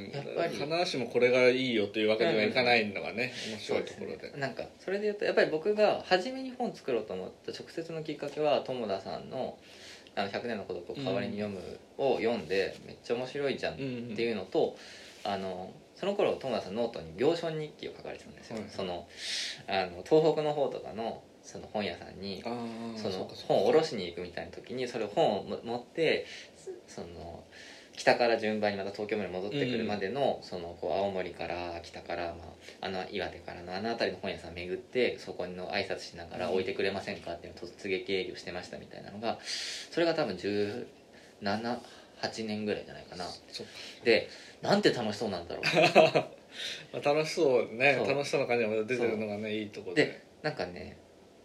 やっぱり必ずしもこれがいいよというわけにはいかないのがね、うん、面白いところ で, で、 ね、なんかそれで言うとやっぱり僕が初めに本作ろうと思った直接のきっかけは友田さんの「あのひゃくねんの孤独を代わりに読む」を読んでめっちゃ面白いじゃんっていうのと、うんうん、あのその頃友田さんノートに行書日記を書かれてたんですよ、うん、そのあの東北の方とかのその本屋さんにその本を下ろしに行くみたいな時にそれを本を持ってその北から順番にまた東京まで戻ってくるまでの、うん、そのこう青森から北から、まあ、あの岩手からのあの辺りの本屋さんを巡ってそこの挨拶しながら置いてくれませんかっていうのを突撃営業してましたみたいなのがそれが多分じゅうなな、はちねんぐらいじゃないかな。でなんて楽しそうなんだろう楽しそうね、楽しそうな感じがまた出てるのがねいいところででなんかね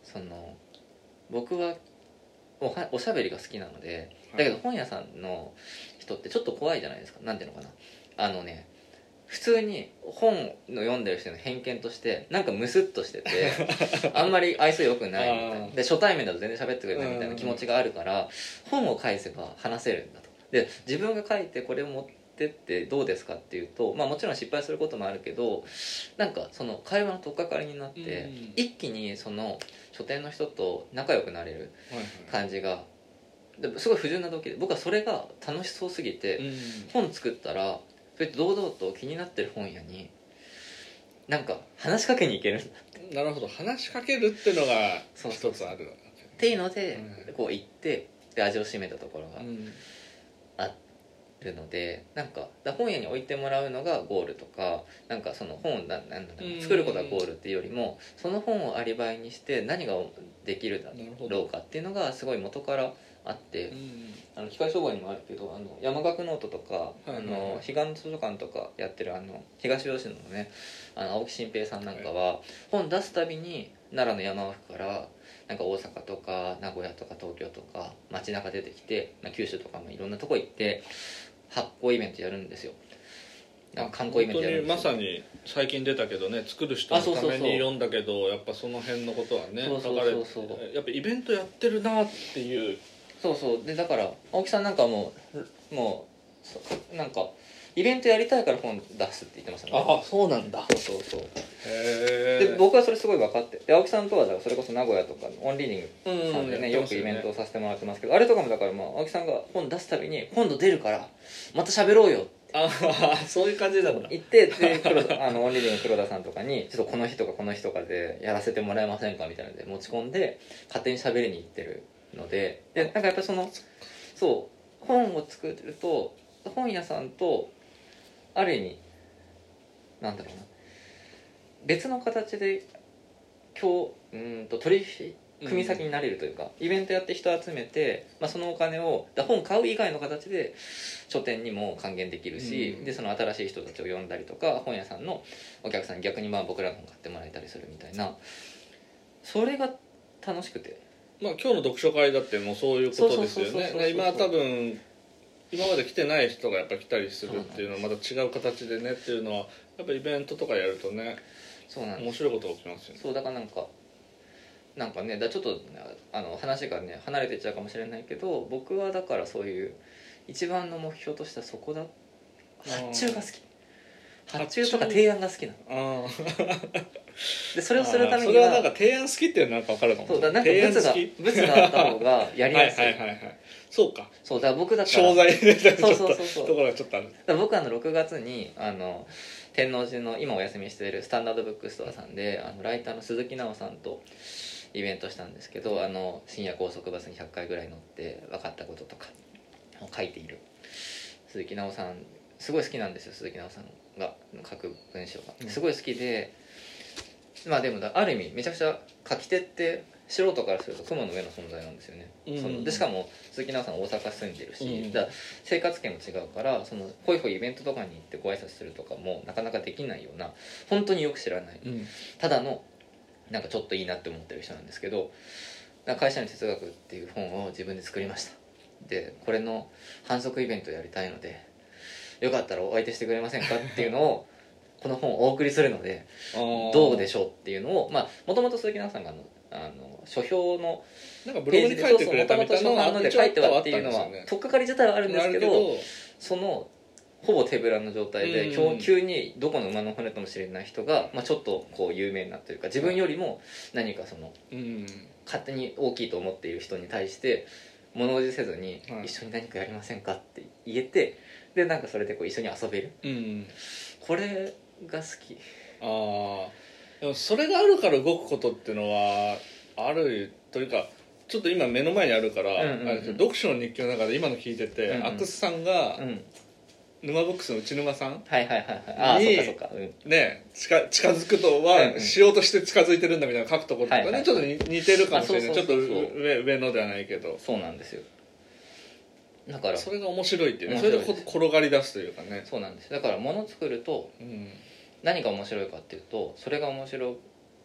その僕はおはおしゃべりが好きなので、だけど本屋さんの人ってちょっと怖いじゃないですか。なんていうのかな、あのね普通に本の読んでる人の偏見としてなんかムスッとしててあんまり愛想良くないみたいなで、初対面だと全然喋ってくれないみたいな気持ちがあるから、本を返せば話せるんだと。で自分が書いてこれを持ってってどうですかっていうと、まあもちろん失敗することもあるけど、なんかその会話の取っかかりになって、一気にその書店の人と仲良くなれる感じがすごい不純な動機で、僕はそれが楽しそうすぎて、本作ったらそれって堂々と気になってる本屋になんか話しかけに行けるんだって。 なるほど、話しかけるっていうのが一つあるっていうので、うん、こう行ってで味を占めたところがあるので、なんかだ本屋に置いてもらうのがゴールとか、なんかその本をななんだろう作ることがゴールっていうよりも、その本をアリバイにして何ができるだろうかっていうのがすごい元からあって、うん、あの機械商売にもあるけど、あの山岳ノートとか、はいはいはい、あの彼岸図書館とかやってるあの東吉野のね、あの青木新平さんなんかは、はい、本出すたびに奈良の山奥からなんか大阪とか名古屋とか東京とか街中出てきて、九州とかもいろんなとこ行って発行イベントやるんですよ。観光イベントやるんですよ。 本当にまさに最近出たけどね、作る人のために読んだけど、やっぱその辺のことはね、 そうそうそうそう、 やっぱイベントやってるなっていう。 そうそうで、だから青木さんなんかもうもうなんかイベントやりたいから本出すって言ってましたね。 ああ、そうなんだ。 そうそうそう。 へで僕はそれすごい分かって、で青木さんとはだからそれこそ名古屋とかのオンリーディングさんでね、よくイベントをさせてもらってますけど、あれとかもだから、まあ青木さんが本出すたびに今度出るからまた喋ろうよってああ、そういう感じなんだ。 言って、で黒あのオンリーディング黒田さんとかにちょっとこの日とかこの日とかでやらせてもらえませんかみたいなので持ち込んで勝手に喋りに行ってるので、でなんかやっぱりそのそう本を作ると本屋さんとある意味なんだろうな、別の形で今日うんと取引組先になれるというか、うん、イベントやって人集めて、まあ、そのお金をだ本買う以外の形で書店にも還元できるし、うん、でその新しい人たちを呼んだりとか本屋さんのお客さんに逆にまあ僕らの本買ってもらえたりするみたいな、それが楽しくて、 まあ今日の読書会だってもうそういうことですよね。今多分今まで来てない人がやっぱり来たりするっていうのはまた違う形でねっていうのはやっぱりイベントとかやるとね、 そうなんです、 面白いことが起きますよね。 そうだからなんかなんかねだちょっとあの話がね離れていっちゃうかもしれないけど、僕はだからそういう一番の目標としてはそこだ。発注が好き、発注とか提案が好きなの。あでそれをするためには、 それはなんか提案好きっていうのはなんか分かるかも。 そうだ、なんか物が物があった方がやりやすい。 はいはいはいはい、そうか。 そうだ、僕だから商材でちょっとそうそうそうそうところがちょっとある。 だ僕あのろくがつにあの天王寺の今お休みしているスタンダードブックストアさんで、あのライターの鈴木奈緒さんとイベントしたんですけど、あの深夜高速バスにひゃっかいぐらい乗って分かったこととかを書いている鈴木奈緒さん、すごい好きなんですよ。鈴木奈緒さんが書く文章がすごい好きで、うん、まあでもある意味めちゃくちゃ書き手って素人からすると雲の上の存在なんですよね、うん、そのでしかも鈴木奈緒さん大阪住んでるし、うん、だ生活圏も違うから、そのホイホイイベントとかに行ってご挨拶するとかもなかなかできないような、本当によく知らない、うん、ただのなんかちょっといいなって思ってる人なんですけど、会社の哲学っていう本を自分で作りました。でこれの販促イベントやりたいのでよかったらお相手してくれませんかっていうのをこの本をお送りするのでどうでしょうっていうのを、まあもともと鈴木奈緒さんがあのあの書評のなんかブログに書いてくれたみたいなのが書いてはっていうのは取っかかり自体はあるんですけど、そのほぼ手ぶらの状態で、今日急にどこの馬の骨ともしれない人が、まあ、ちょっとこう有名なというか自分よりも何かその、うん、勝手に大きいと思っている人に対して物おじせずに一緒に何かやりませんかって言えて、でなんかそれでこう一緒に遊べる、うん、これが好き。 ああ、でもそれがあるから動くことっていうのはあるというか、ちょっと今目の前にあるから、うんうんうん、読書の日記の中で今の聞いてて、うんうん、アクスさんが、うん、沼ブックスの内沼さんに、 はいはいはいはい、ああそっかそっか、うん、ね近近づくとは、うんうん、しようとして近づいてるんだみたいな書くところとかね、はいはい、ちょっと似てるかもしれない、ちょっと上上のではないけど、 そうなんですよ。だからそれが面白いっていうね、それで転がり出すというかね。 そうなんです。だから物作ると何が面白いかっていうと、それが面白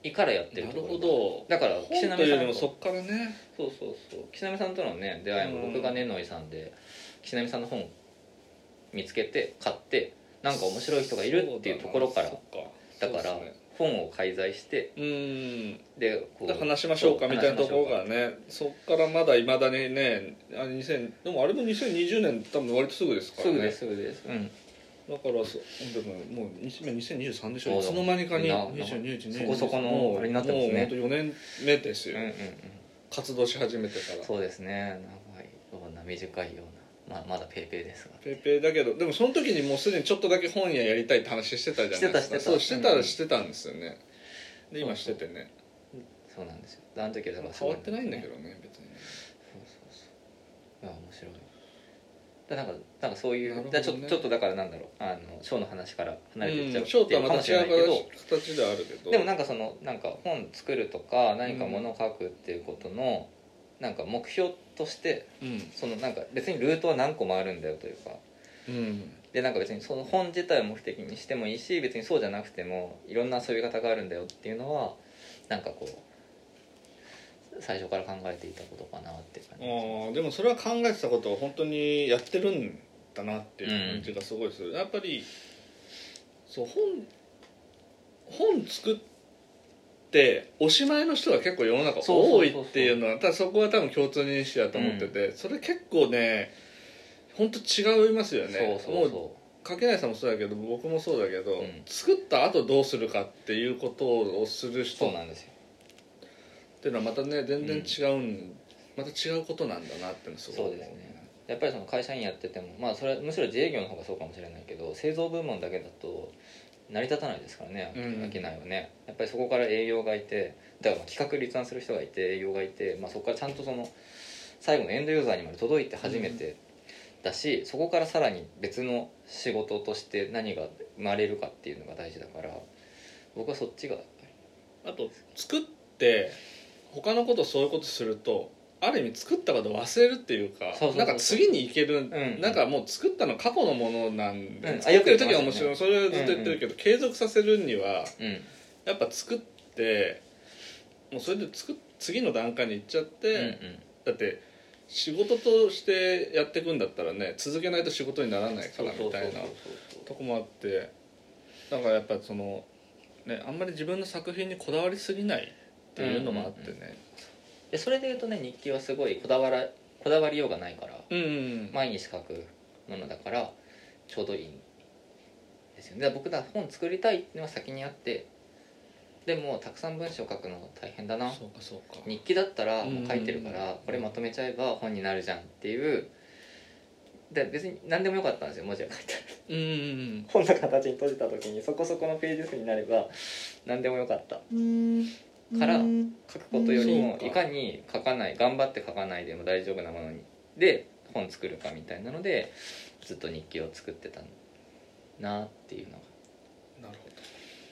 いからやってるなるところほど。 だから岸本というよりも波さんとそっからね。 そうそうそう岸波さんとのね出会いも僕がねのいさんで岸波さんの本見つけて買ってなんか面白い人がいるっていうところからだから本を介在してうんでこう話しましょうかみたいなところがねそっからまだいまだにねあにせんでもあれもにせんにじゅうねん多分割とすぐですからねすぐですすぐですうんだからそでももうにせんにじゅうさんでしょいつの間にかににじゅうに、にじゅうに、 そこそこのあれになってますねもう本当よねんめですよ、 うんうんうん活動し始めてからそうですね長いような短いような、まあ、まだペーペーですがペーペーだけどでもその時にもうすでにちょっとだけ本屋やりたいって話してたじゃないですかしてたしてたそうしてたらしてたんですよねで今しててねそうなんですよあの時はだから変わってないんだけどね別にねそうそうそういや面白いだなんかなんかそういう、 なるほどねだちょちょっとだからなんだろうあのショーの話から離れていっちゃううんショーとはまたかもしれ違ないけどう形ではあるけどでもなんかそのなんか本作るとか何か物を書くっていうことの、なんか目標としてうんそのなんか別にルートは何個もあるんだよというかうんでなんか別にその本自体を目的にしてもいいし別にそうじゃなくてもいろんな遊び方があるんだよっていうのはなんかこう最初から考えていたことかなっていう感じああでもそれは考えてたことを本当にやってるんだなっていう感じがすごいする、やっぱりそう本本作っておしまいの人が結構世の中多いっていうのはただそこは多分共通認識だと思ってて、うん、それ結構ね本当違いますよね。 そうそうそうもう柿内さんもそうだけど僕もそうだけど、 うん、 作った後どうするかっていうことをする人そうなんですよっていうのはまたね全然違うん、うん、また違うことなんだなってのすごいそうですね。やっぱりその会社員やっててもまあそれはむしろ自営業の方がそうかもしれないけど製造部門だけだと成り立たないですからね商いはね、やっぱりそこから営業がいてだから企画立案する人がいて営業がいて、まあ、そこからちゃんとその最後のエンドユーザーにまで届いて初めてだし、うん、そこからさらに別の仕事として何が生まれるかっていうのが大事だから僕はそっちがあと作って他のことそういうことするとある意味作ったことを忘れるっていうかなんか次に行ける、うん、なんかもう作ったの過去のものなんで、うん、作ってる時は面白い、ね、それはずっと言ってるけど、うんうん、継続させるには、うん、やっぱ作ってもうそれで作次の段階に行っちゃって、うんうん、だって仕事としてやっていくんだったらね続けないと仕事にならないからみたいなとこもあってだからやっぱその、ね、あんまり自分の作品にこだわりすぎないっていうのもあってね、うんうんうんでそれでいうとね日記はすごいこだわらこだわりようがないから、 うんうん、 毎日書くものだからちょうどいいんですよね。僕だ本作りたいっていうのは先にあってでもたくさん文章書くの大変だなそうかそうか日記だったらもう書いてるからこれまとめちゃえば本になるじゃんっていうで別に何でもよかったんですよ文字が書いてある、 うんうん、 本の形に閉じた時にそこそこのページ数になれば何でもよかったから書くことよりもいかに書かない頑張って書かないでも大丈夫なものにで本作るかみたいなのでずっと日記を作ってたなっていうのがなるほど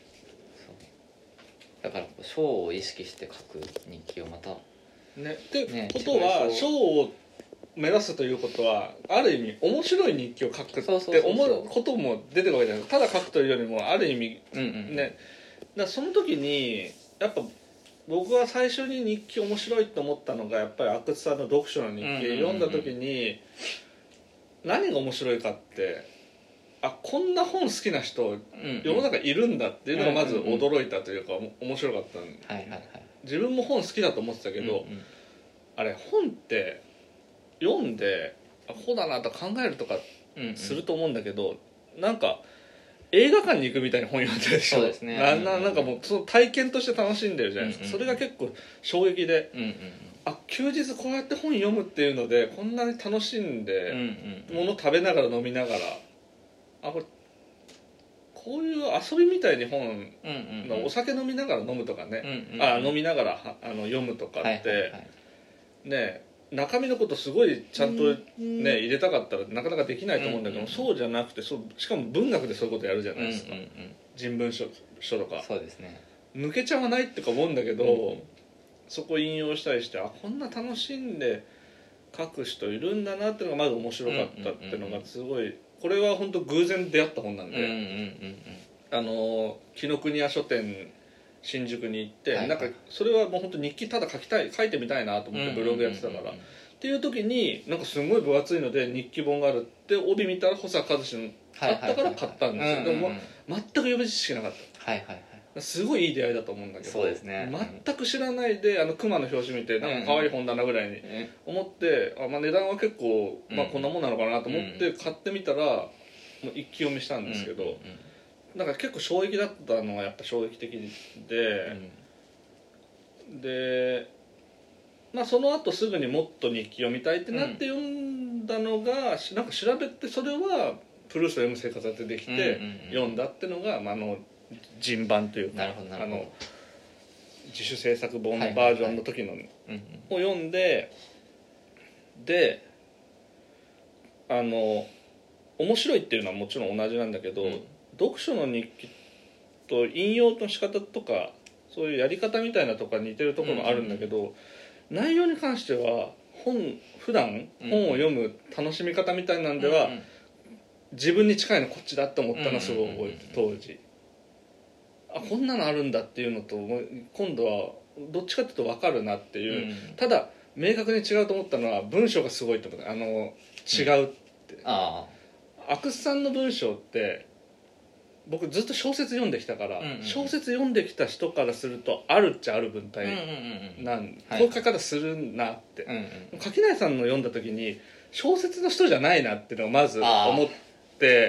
そうだから章を意識して書く日記をまたねってねことは章を目指すということはある意味面白い日記を書くって思うことも出てくるわけじゃないただ書くというよりもある意味、うんうん、ねだその時にやっぱ僕は最初に日記面白いと思ったのがやっぱり阿久津さんの読書の日記読んだ時に何が面白いかってあこんな本好きな人世の中いるんだっていうのがまず驚いたというか面白かったんで、 はいはいはい、 自分も本好きだと思ってたけど、うんうん、あれ本って読んであこうだなと考えるとかすると思うんだけど、うんうん、なんか映画館に行くみたいに本読んでるでしょ。 そうですね。 なななんかもうその体験として楽しんでるじゃないですか、うんうん、それが結構衝撃で、うんうん、あ休日こうやって本読むっていうのでこんなに楽しんで、うんうん、物食べながら飲みながらあこれこういう遊びみたいに本、うんうんうん、お酒飲みながら飲むとかね、うんうんうん、あ飲みながらあの読むとかって、はいはいはい、ね中身のことすごいちゃんと、ね、入れたかったらなかなかできないと思うんだけど、うんうん、そうじゃなくてそうしかも文学でそういうことやるじゃないですか、うんうんうん、人文書書とかそうですね抜けちゃわないってか思うんだけど、うんうん、そこ引用したりしてあこんな楽しんで書く人いるんだなっていうのがまず面白かったっていうのがすごいこれは本当偶然出会った本なんで、うんうんうんうん、あの紀ノ国屋書店新宿に行って、 はいはい、 なんかそれはもう本当日記ただ書きたい書いてみたいなと思ってブログやってたから、うんうんうんうん、っていう時になんかすごい分厚いので日記本があるって帯見たら保坂和志のあったから買ったんですよ。でも全く読む知識なかった、はいはいはい、すごいいい出会いだと思うんだけど、 そうですね、 全く知らないであの熊の表紙見てなんか可愛い本だなぐらいに思って、うんうん、あ、まあ、値段は結構、まあ、こんなもんなのかなと思って買ってみたらもう一気読みしたんですけど、うんうんうん、なんか結構衝撃だったのはやっぱ衝撃的で、うん、で、まあ、その後すぐにもっと日記読みたいってなって読んだのが、うん、なんか調べてそれはプルースを読む生活だってできて読んだっていうのが、まあ、あの人版というかあの自主制作本のバージョンの時のを読んで、であの面白いっていうのはもちろん同じなんだけど、うん、読書の日記と引用の仕方とかそういうやり方みたいなとか似てるところもあるんだけど、うんうんうん、内容に関しては本普段本を読む楽しみ方みたいなんでは、うんうん、自分に近いのこっちだって思ったのはすごい覚えて、当時あこんなのあるんだっていうのと今度はどっちかっていうと分かるなっていう、うん、ただ明確に違うと思ったのは文章がすごいと思った。あの違うって、うん、あ阿久津さんの文章って僕ずっと小説読んできたから、うんうん、小説読んできた人からするとあるっちゃある文体なん、うんうんうん、こういう書き方するなって、はい、垣内さんの読んだ時に小説の人じゃないなっていうのをまず思って、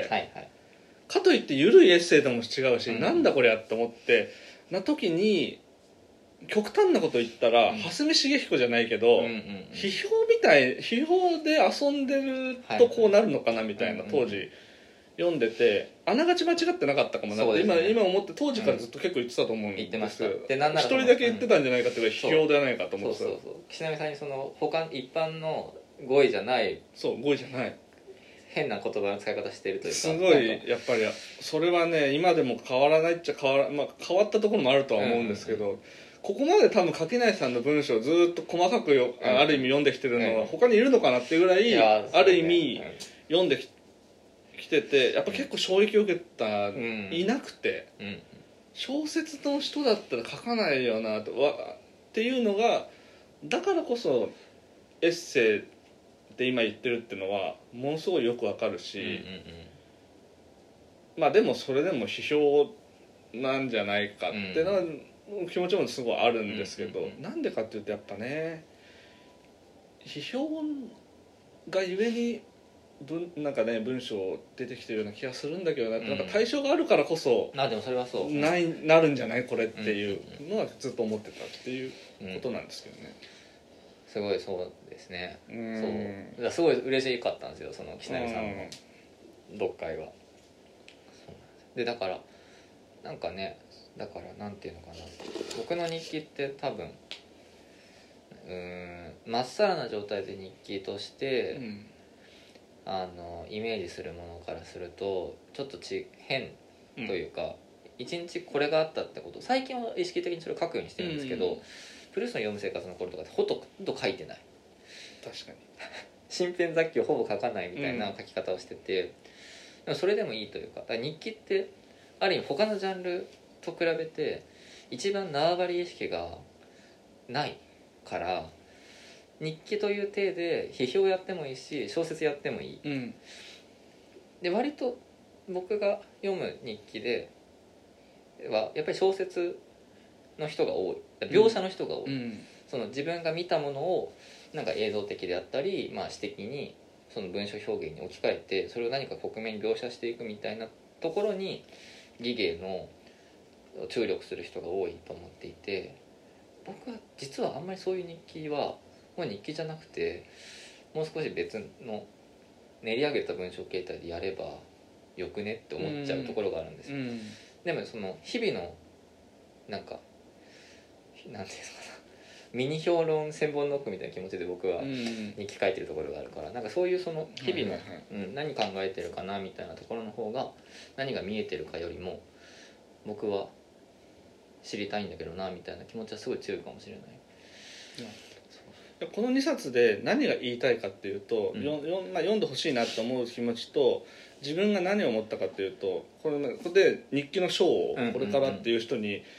はいはい、かといって緩いエッセイとも違うし、うん、なんだこれやって思ってな時に極端なこと言ったら、うん、蓮見茂彦じゃないけど、うんうんうん、批評みたい批評で遊んでるとこうなるのかなみたいな、はい、当時読んでてあながち間違ってなかったかもなって、ね、今, 今思って当時からずっと結構言ってたと思うんですけど、うん、言ってましたでなんなら一人だけ言ってたんじゃないかっていうか、うん、批評ではないかと思ってた。そうそうそう岸波さんにその他一般の語彙じゃないそう語彙じゃない変な言葉の使い方してるというかすごいやっぱりそれはね今でも変わらないっちゃ変わら、まあ、変わったところもあるとは思うんですけど、うんうんうん、ここまで多分垣内さんの文章をずっと細かくよ、うん、ある意味読んできてるのは他にいるのかなっていうぐらい、うん、ある意味、うん、読んできて来ててやっぱ結構衝撃を受けた、うん、いなくて、うん、小説の人だったら書かないよなとわっていうのがだからこそエッセイで今言ってるっていうのはものすごいよくわかるし、うんうんうん、まあでもそれでも批評なんじゃないかっていうのは、うん、気持ちもすごいあるんですけど、うんうんうん、なんでかっていうとやっぱね批評がゆえに文なんかね文章出てきてるような気がするんだけどな、うん、なんか対象があるからこそあでもそれはそうないなるんじゃないこれっていうのはずっと思ってたっていうことなんですけどね、 うん、すごいそうですね。うんそうすごい嬉しかったんですよその岸波さんの読解が。でだからなんかねだからなんていうのかな僕の日記って多分うーんまっさらな状態で日記として、うんあのイメージするものからするとちょっとち変というか、うん、一日これがあったってこと最近は意識的にそれを書くようにしてるんですけど、うんうん、プルースの読む生活の頃とかってほとんど書いてない確かに身辺雑記をほぼ書かないみたいな書き方をしてて、うん、でもそれでもいいというか、だから日記ってある意味他のジャンルと比べて一番縄張り意識がないから日記という体で批評やってもいいし小説やってもいい、うん、で割と僕が読む日記ではやっぱり小説の人が多い描写の人が多い、うん、その自分が見たものをなんか映像的であったり、まあ、詩的にその文章表現に置き換えてそれを何か克明に描写していくみたいなところに技芸の注力する人が多いと思っていて僕は実はあんまりそういう日記はもう日記じゃなくてもう少し別の練り上げた文章形態でやればよくねって思っちゃうところがあるんですよ、うん、でもその日々のなんかなんていうんですかなミニ評論千本ノックみたいな気持ちで僕は日記書いてるところがあるからなんかそういうその日々の、うん、何考えてるかなみたいなところの方が何が見えてるかよりも僕は知りたいんだけどなみたいな気持ちはすごい強いかもしれない、 うん、このにさつで何が言いたいかっていうと、うんよよまあ、読んでほしいなと思う気持ちと自分が何を思ったかっていうとこれ、ね、ここで日記の章をこれからっていう人に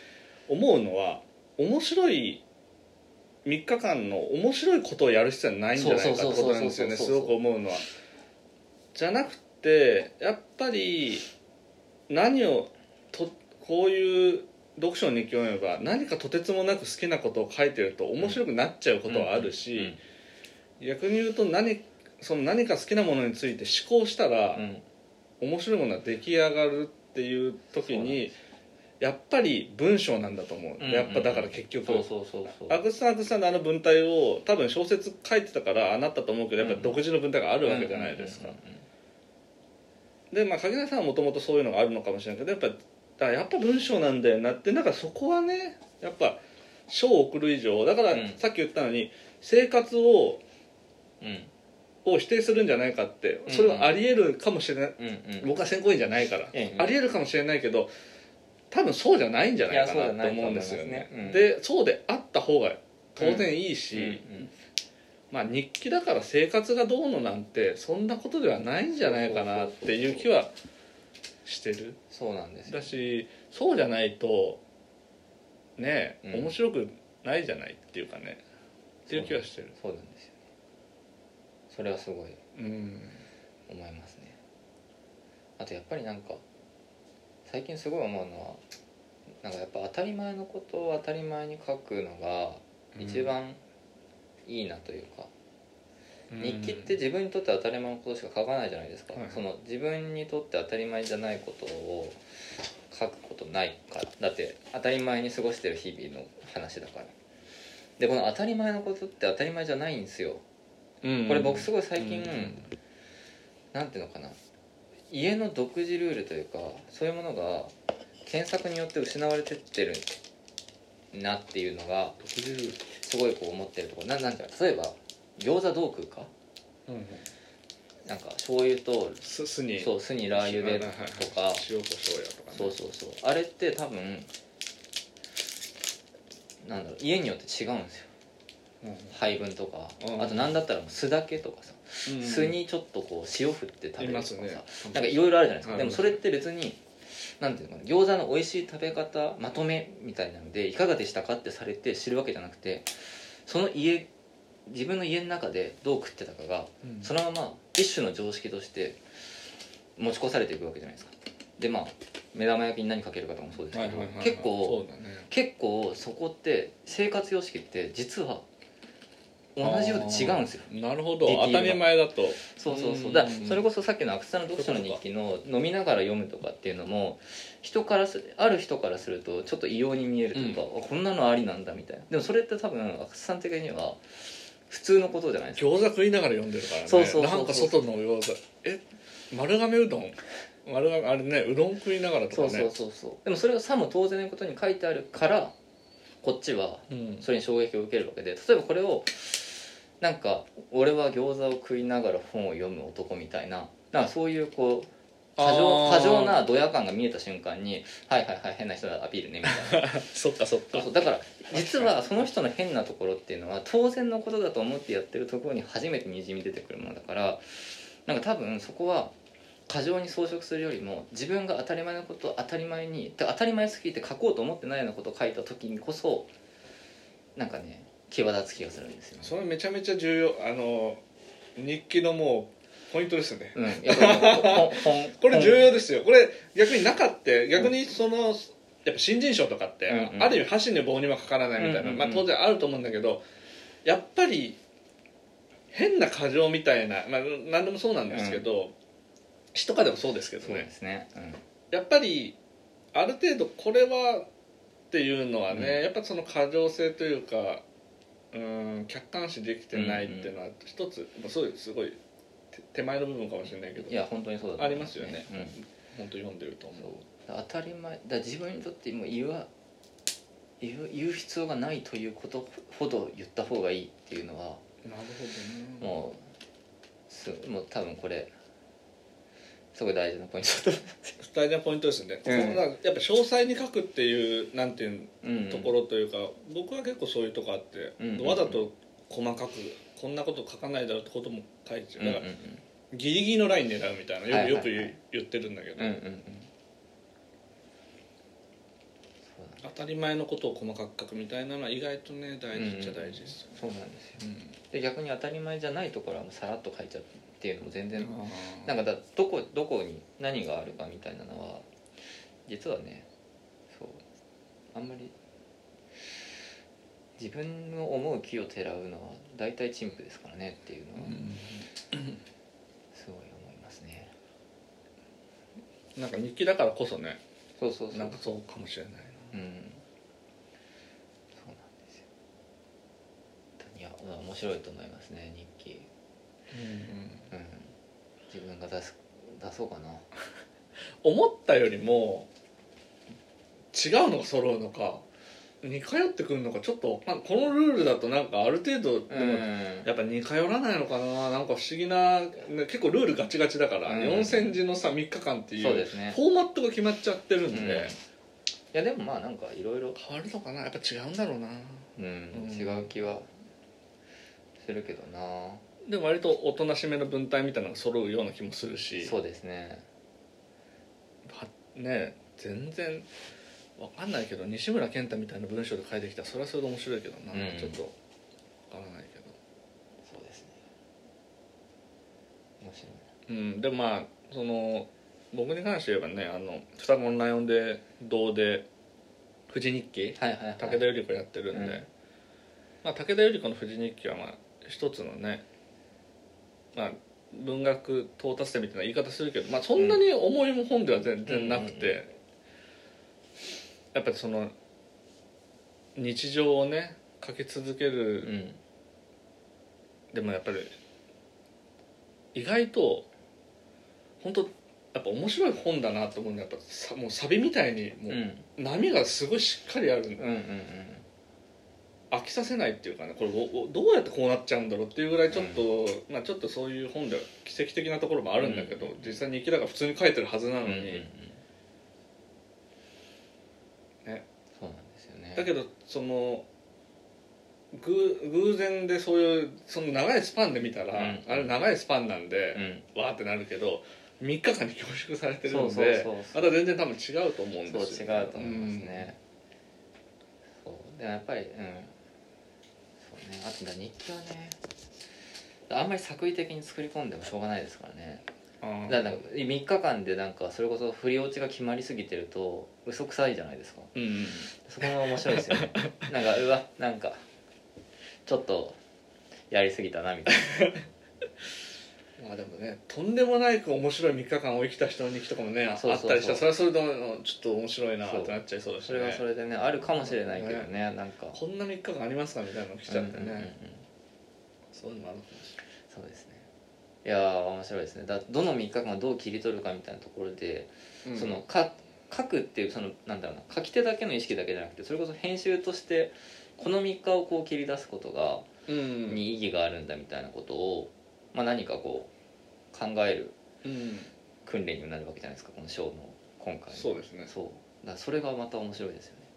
思うのは面白いみっかかんの面白いことをやる必要はないんじゃないかってことなんですよね。すごく思うのはじゃなくてやっぱり何をとこういう読書の日記を読めば何かとてつもなく好きなことを書いてると面白くなっちゃうことはあるし、うんうんうん、逆に言うと何その何か好きなものについて思考したら、うん、面白いものが出来上がるっていう時にやっぱり文章なんだと思う、うんうんうん、やっぱだから結局阿久津さん阿久津さんのあの文体を多分小説書いてたからあなったと思うけどやっぱ独自の文体があるわけじゃないですか。でまあ柿澤さんはもともとそういうのがあるのかもしれないけどやっぱだからやっぱ文章なんだよなってなんかそこはねやっぱ書を送る以上だからさっき言ったのに生活を、うんを否定するんじゃないかってそれはありえるかもしれない、うんうん、僕は選考員じゃないから、うんうん、ありえるかもしれないけど多分そうじゃないんじゃないかなと思うんですよね、うん、でそうであった方が当然いいし、うんうんうん、まあ日記だから生活がどうのなんてそんなことではないんじゃないかなっていう気はしてる。 そうなんですよだしそうじゃないとね、うん、面白くないじゃないっていうかねっていう気はしてる。 そうなんですよ。それはすごい思いますね。あとやっぱりなんか最近すごい思うのはなんかやっぱ当たり前のことを当たり前に書くのが一番いいなというか、うん、日記って自分にとって当たり前のことしか書かないじゃないですか、はい、その自分にとって当たり前じゃないことを書くことないからだって当たり前に過ごしてる日々の話だから。でこの当たり前のことって当たり前じゃないんですよ。これ僕すごい最近、うん、なんていうのかな家の独自ルールというかそういうものが検索によって失われてってるなっていうのがすごいこう思ってるところ な, なんていうの例えば餃子どう食うか、うんうん、なんか醤油と酢酢にそう酢にラー油でとか塩コショウやとかねそうそうそうあれって多分なんだろう家によって違うんですよ配分とか、うん、あと何だったらもう酢だけとかさ、うん、酢にちょっとこう塩振って食べるとかさ、ね、なんかいろいろあるじゃないですか。でもそれって別になんていうのかな餃子の美味しい食べ方まとめみたいなのでいかがでしたかってされて知るわけじゃなくてその家自分の家の中でどう食ってたかが、うん、そのまま一種の常識として持ち越されていくわけじゃないですか。でまあ目玉焼きに何かけるかとかもそうですけど、はいはいはいはい、結構、そうだね、結構そこって生活様式って実は同じようで違うんですよ。 なるほど当たり前だとそうそうそうだそれこそさっきの阿久津さんの読書の日記の飲みながら読むとかっていうのも人からすある人からするとちょっと異様に見えるというか、うん、こんなのありなんだみたいな。でもそれって多分阿久津さん的には普通のことじゃないですか。 餃子食いながら読んでるからね。 そうそうそうそうなんか外の餃子え丸亀うどん丸亀あれねうどん食いながらとかねそうそうそうそうでもそれがさも当然のことに書いてあるからこっちはそれに衝撃を受けるわけで、例えばこれをなんか俺は餃子を食いながら本を読む男みたいななんかそういうこう過剰過剰なドヤ感が見えた瞬間にはいはいはい変な人だアピールねみたいなそっかそっかそうそうだから実はその人の変なところっていうのは当然のことだと思ってやってるところに初めてにじみ出てくるものだからなんか多分そこは過剰に装飾するよりも自分が当たり前のことを当たり前に当たり前すぎて書こうと思ってないようなことを書いた時にこそなんかね際立つ気がするんですよ。 それめちゃめちゃ重要あの日記のもうポイントですね、 うん、 これ重要ですよ。これ逆になかって逆にその、うん、やっぱ新人賞とかって、うんうん、ある意味箸に棒にもかからないみたいな、うんうんうん、まあ、当然あると思うんだけどやっぱり変な過剰みたいな、まあ、何でもそうなんですけど、うん、詩とかでもそうですけどね、 そうですね、うん、 やっぱりある程度これはっていうのはね、うん、やっぱその過剰性というかうん客観視できてないっていうのは一つ、うんうん、そうすごい手前の部分かもしれないけどいや本当にそうだと思いますね、ありますよね、 うん、 本当読んでると思う。 当たり前だ自分にとってもう言わ言う言う必要がないということほど言った方がいいっていうのはなるほどねもうすもう多分これすごい大事なポイントだと思います大事なポイントですね、うん、やっぱ詳細に書くっていうなんていうところというか、うん、僕は結構そういうとこあって、うんうんうん、わざと細かくこんなこと書かないだろうってことも書いてるだから、うんうんうん、ギリギリのライン狙うみたいなよく、はいはいはい、よく言ってるんだけど、うんうんうん、 そうだね当たり前のことを細かく書くみたいなのは意外とね大事っちゃ大事ですよね、 そうなんですよ、うん、で逆に当たり前じゃないところはもうさらっと書いちゃうっていうのも全然なんかだどこどこに何があるかみたいなのは実はねそうあんまり自分の思う木をてらうのは大体陳腐ですからねっていうのは、うん、すごい思いますね。 なんか日記だからこそねそうそうそうなんかそうかもしれないな、 うん、そうなんですよ。いや面白いと思いますね日記、うんうんうん、自分が出す出そうかな思ったよりも違うのが揃うのか似通ってくるのかちょっとこのルールだとなんかある程度でもやっぱ似通らないのかな、なんか不思議な結構ルールガチガチだから、うん、よんせんじのさみっかかんっていう、ね、フォーマットが決まっちゃってるんで、うん、いやでもまあなんかいろいろ変わるのかな、やっぱ違うんだろうな、 うん、うん、違う気はするけどな。 でも割とおとなしめの文体みたいなのが揃うような気もするし、 そうですねね全然わかんないけど西村健太みたいな文章で書いてきたらそれはそれで面白いけどな、うん、ちょっとわからないけどそうですね面白い、うん、でもまあその僕に関して言えばねあの双子のライオンで童で富士日記、 はいはいはい、 武田百合子やってるんで、うんまあ、武田百合子の富士日記はまあ一つのね、まあ、文学到達点みたいな言い方するけど、まあ、そんなに重い本では全然なくて、うんうんうん、やっぱりその日常をね書き続ける、うん、でもやっぱり意外と本当やっぱ面白い本だなと思うのはやっぱさもうサビみたいにもう波がすごいしっかりあるんだ、うんうんうん、飽きさせないっていうかねこれどうやってこうなっちゃうんだろうっていうぐらいちょっと、うんまあ、ちょっとそういう本では奇跡的なところもあるんだけど、うん、実際に生きだが普通に書いてるはずなのに、うんうんうんね、 そうなんですよね。 だけどその偶偶然でそういうその長いスパンで見たら、うん、あれ長いスパンなんで、うん、わーってなるけどみっかかんに凝縮されてるのでまた全然多分違うと思うんですよ、そう違うと思いますね、うん、そうでもやっぱりうんそうねあと日記はねあんまり作為的に作り込んでもしょうがないですからね。だからみっかかんでなんかそれこそ振り落ちが決まりすぎてると嘘くさいじゃないですか、うんうん、そこが面白いですよねなんかうわなんかちょっとやりすぎたなみたいなまあでもねとんでもないく面白いみっかかんを生きた人の日記とかもねあったりしたらそれはそれでちょっと面白いなってなっちゃいそうだしね。 それはそれでねあるかもしれないけどね、ねなんかこんなみっかかんありますかみたいなの来ちゃってね、うんうんうん、そういうのもあるかもしれない。 そうですね。いやー面白いですね。だどのみっかかんをどう切り取るかみたいなところで、うん、そのか書くっていうそのなんだろうな書き手だけの意識だけじゃなくてそれこそ編集としてこのみっかをこう切り出すことが、うん、に意義があるんだみたいなことを、まあ、何かこう考える訓練になるわけじゃないですかこの章の今回の。 そうですね。 そうだからそれがまた面白いですよね。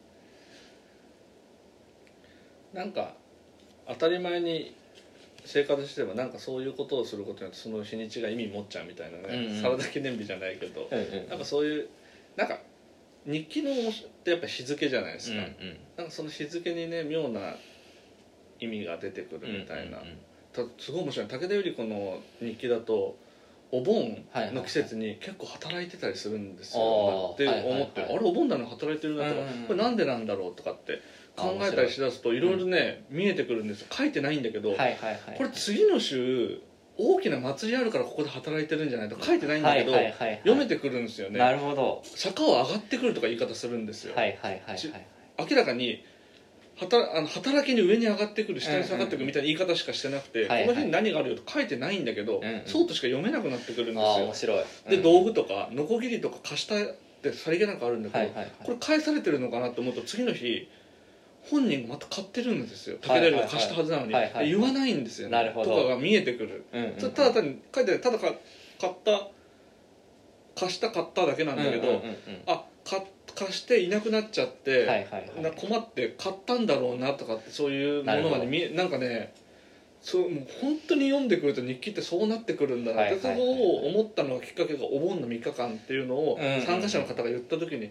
なんか当たり前に生活してればなんかそういうことをすることによってその日にちが意味持っちゃうみたいなね、うんうん、サラダ記念日じゃないけど、うんうん、なんかそういうなんか日記のってやっぱ日付じゃないですか、うんうん、なんかその日付にね妙な意味が出てくるみたいな、うんうんうん、すごい面白い。武田百合子の日記だとお盆の季節に結構働いてたりするんですよ、って思って、はいはいはい、あれお盆なのに働いてるなとか、うんうんうん、これなんでなんだろうとかって考えたりしだすといろいろね、うん、見えてくるんですよ。書いてないんだけど、はいはいはい、これ次の週大きな祭りあるからここで働いてるんじゃないと書いてないんだけど、はいはいはいはい、読めてくるんですよね。 なるほど。 坂を上がってくるとか言い方するんですよ、 はいはいはいはい、 明らかに働あの働きに上に上がってくる下に下がってくるみたいな言い方しかしてなくて、うんうんうん、この日に何があるよと書いてないんだけど、はいはい、そうとしか読めなくなってくるんですよ。あ面白い、うん、で道具とかノコギリとか貸したってさりげなくあるんだけど、はいはいはい、これ返されてるのかなと思うと次の日本人がまた買ってるんですよ。武田が貸したはずなのに、はいはいはい、言わないんですよね、とかが見えてくる、うんうんうん、ただ単に書いてないただか買った貸した買っただけなんだけど、うんうんうんうん、あ買貸していなくなっちゃって、はいはいはい、な困って買ったんだろうなとかってそういうものまで見えなんかねそうもう本当に読んでくると日記ってそうなってくるんだなって、はいはいはいはい、そこを思ったのがきっかけがお盆のみっかかんっていうのを参加者の方が言った時に、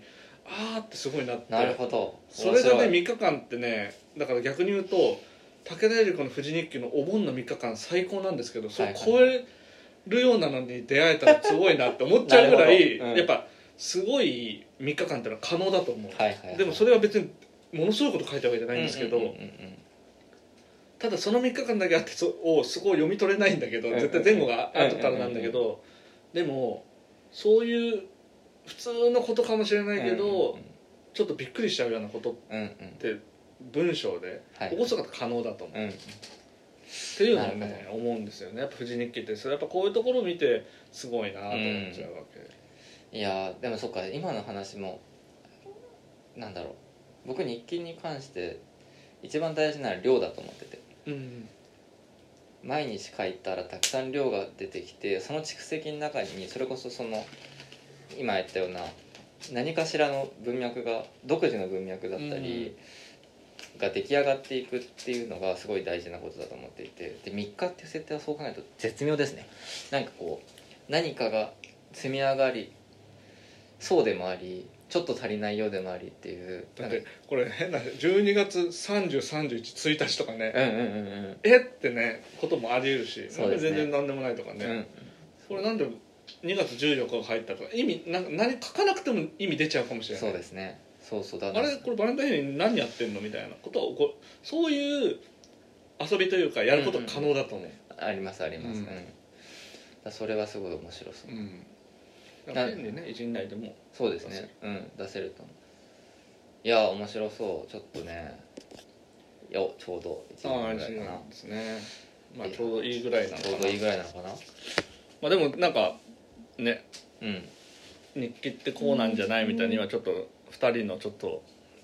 あーってすごいなって。 なるほど。 それがねみっかかんってね、だから逆に言うと武田絵理子の富士日記のお盆のみっかかん最高なんですけど、それを超えるようなのに出会えたらすごいなって思っちゃうぐらい、うん、やっぱすごいみっかかんってのは可能だと思う、はいはいはい、でもそれは別にものすごいこと書いたわけじゃないんですけど、うんうんうんうん、ただそのみっかかんだけあってそをすごい読み取れないんだけど、絶対前後が後からなんだけど、でもそういう普通のことかもしれないけど、うんうんうん、ちょっとびっくりしちゃうようなことって文章で起こすことが可能だと思う、うんうん、っていうのをね思うんですよね。やっぱ富士日記ってそれやっぱこういうところを見てすごいなと思っちゃうわけ、 うん、いやでもそっか、今の話もなんだろう、僕日記に関して一番大事なのは量だと思ってて、うん、毎日書いたらたくさん量が出てきて、その蓄積の中にそれこそその今言ったような何かしらの文脈が独自の文脈だったりが出来上がっていくっていうのがすごい大事なことだと思っていて、でみっかっていう設定はそう考えると絶妙ですね。なんかこう何かが積み上がりそうでもありちょっと足りないようでもありっていう。 だってこれ変なじゅうにがつさんじゅう、さんじゅういち、ついたちとかね、 うんうんうんうん、 えってねこともあり得るし、そうですね、全然何でもないとかね、うん、これなんでにがつじゅうよっかが入ったとか意味な何書かなくても意味出ちゃうかもしれない。 そうですね、そうそうだあれこれバレンタインデーに何やってんのみたいなことはこうそういう遊びというかやることが可能だと思う、 うんうん、ありますあります、うん、だそれはすごい面白そう、うん、 変にねいじんないでもそうですね、うん出せると思う。いや面白そう。ちょっとねいやちょうどいちじかんぐらいかなですね。まあちょうどいいぐらいなのかな。 ちょうどいいぐらいなのかな。 まあでもなんかね、うん、日記ってこうなんじゃないみたいにはちょっとふたりのちょっと、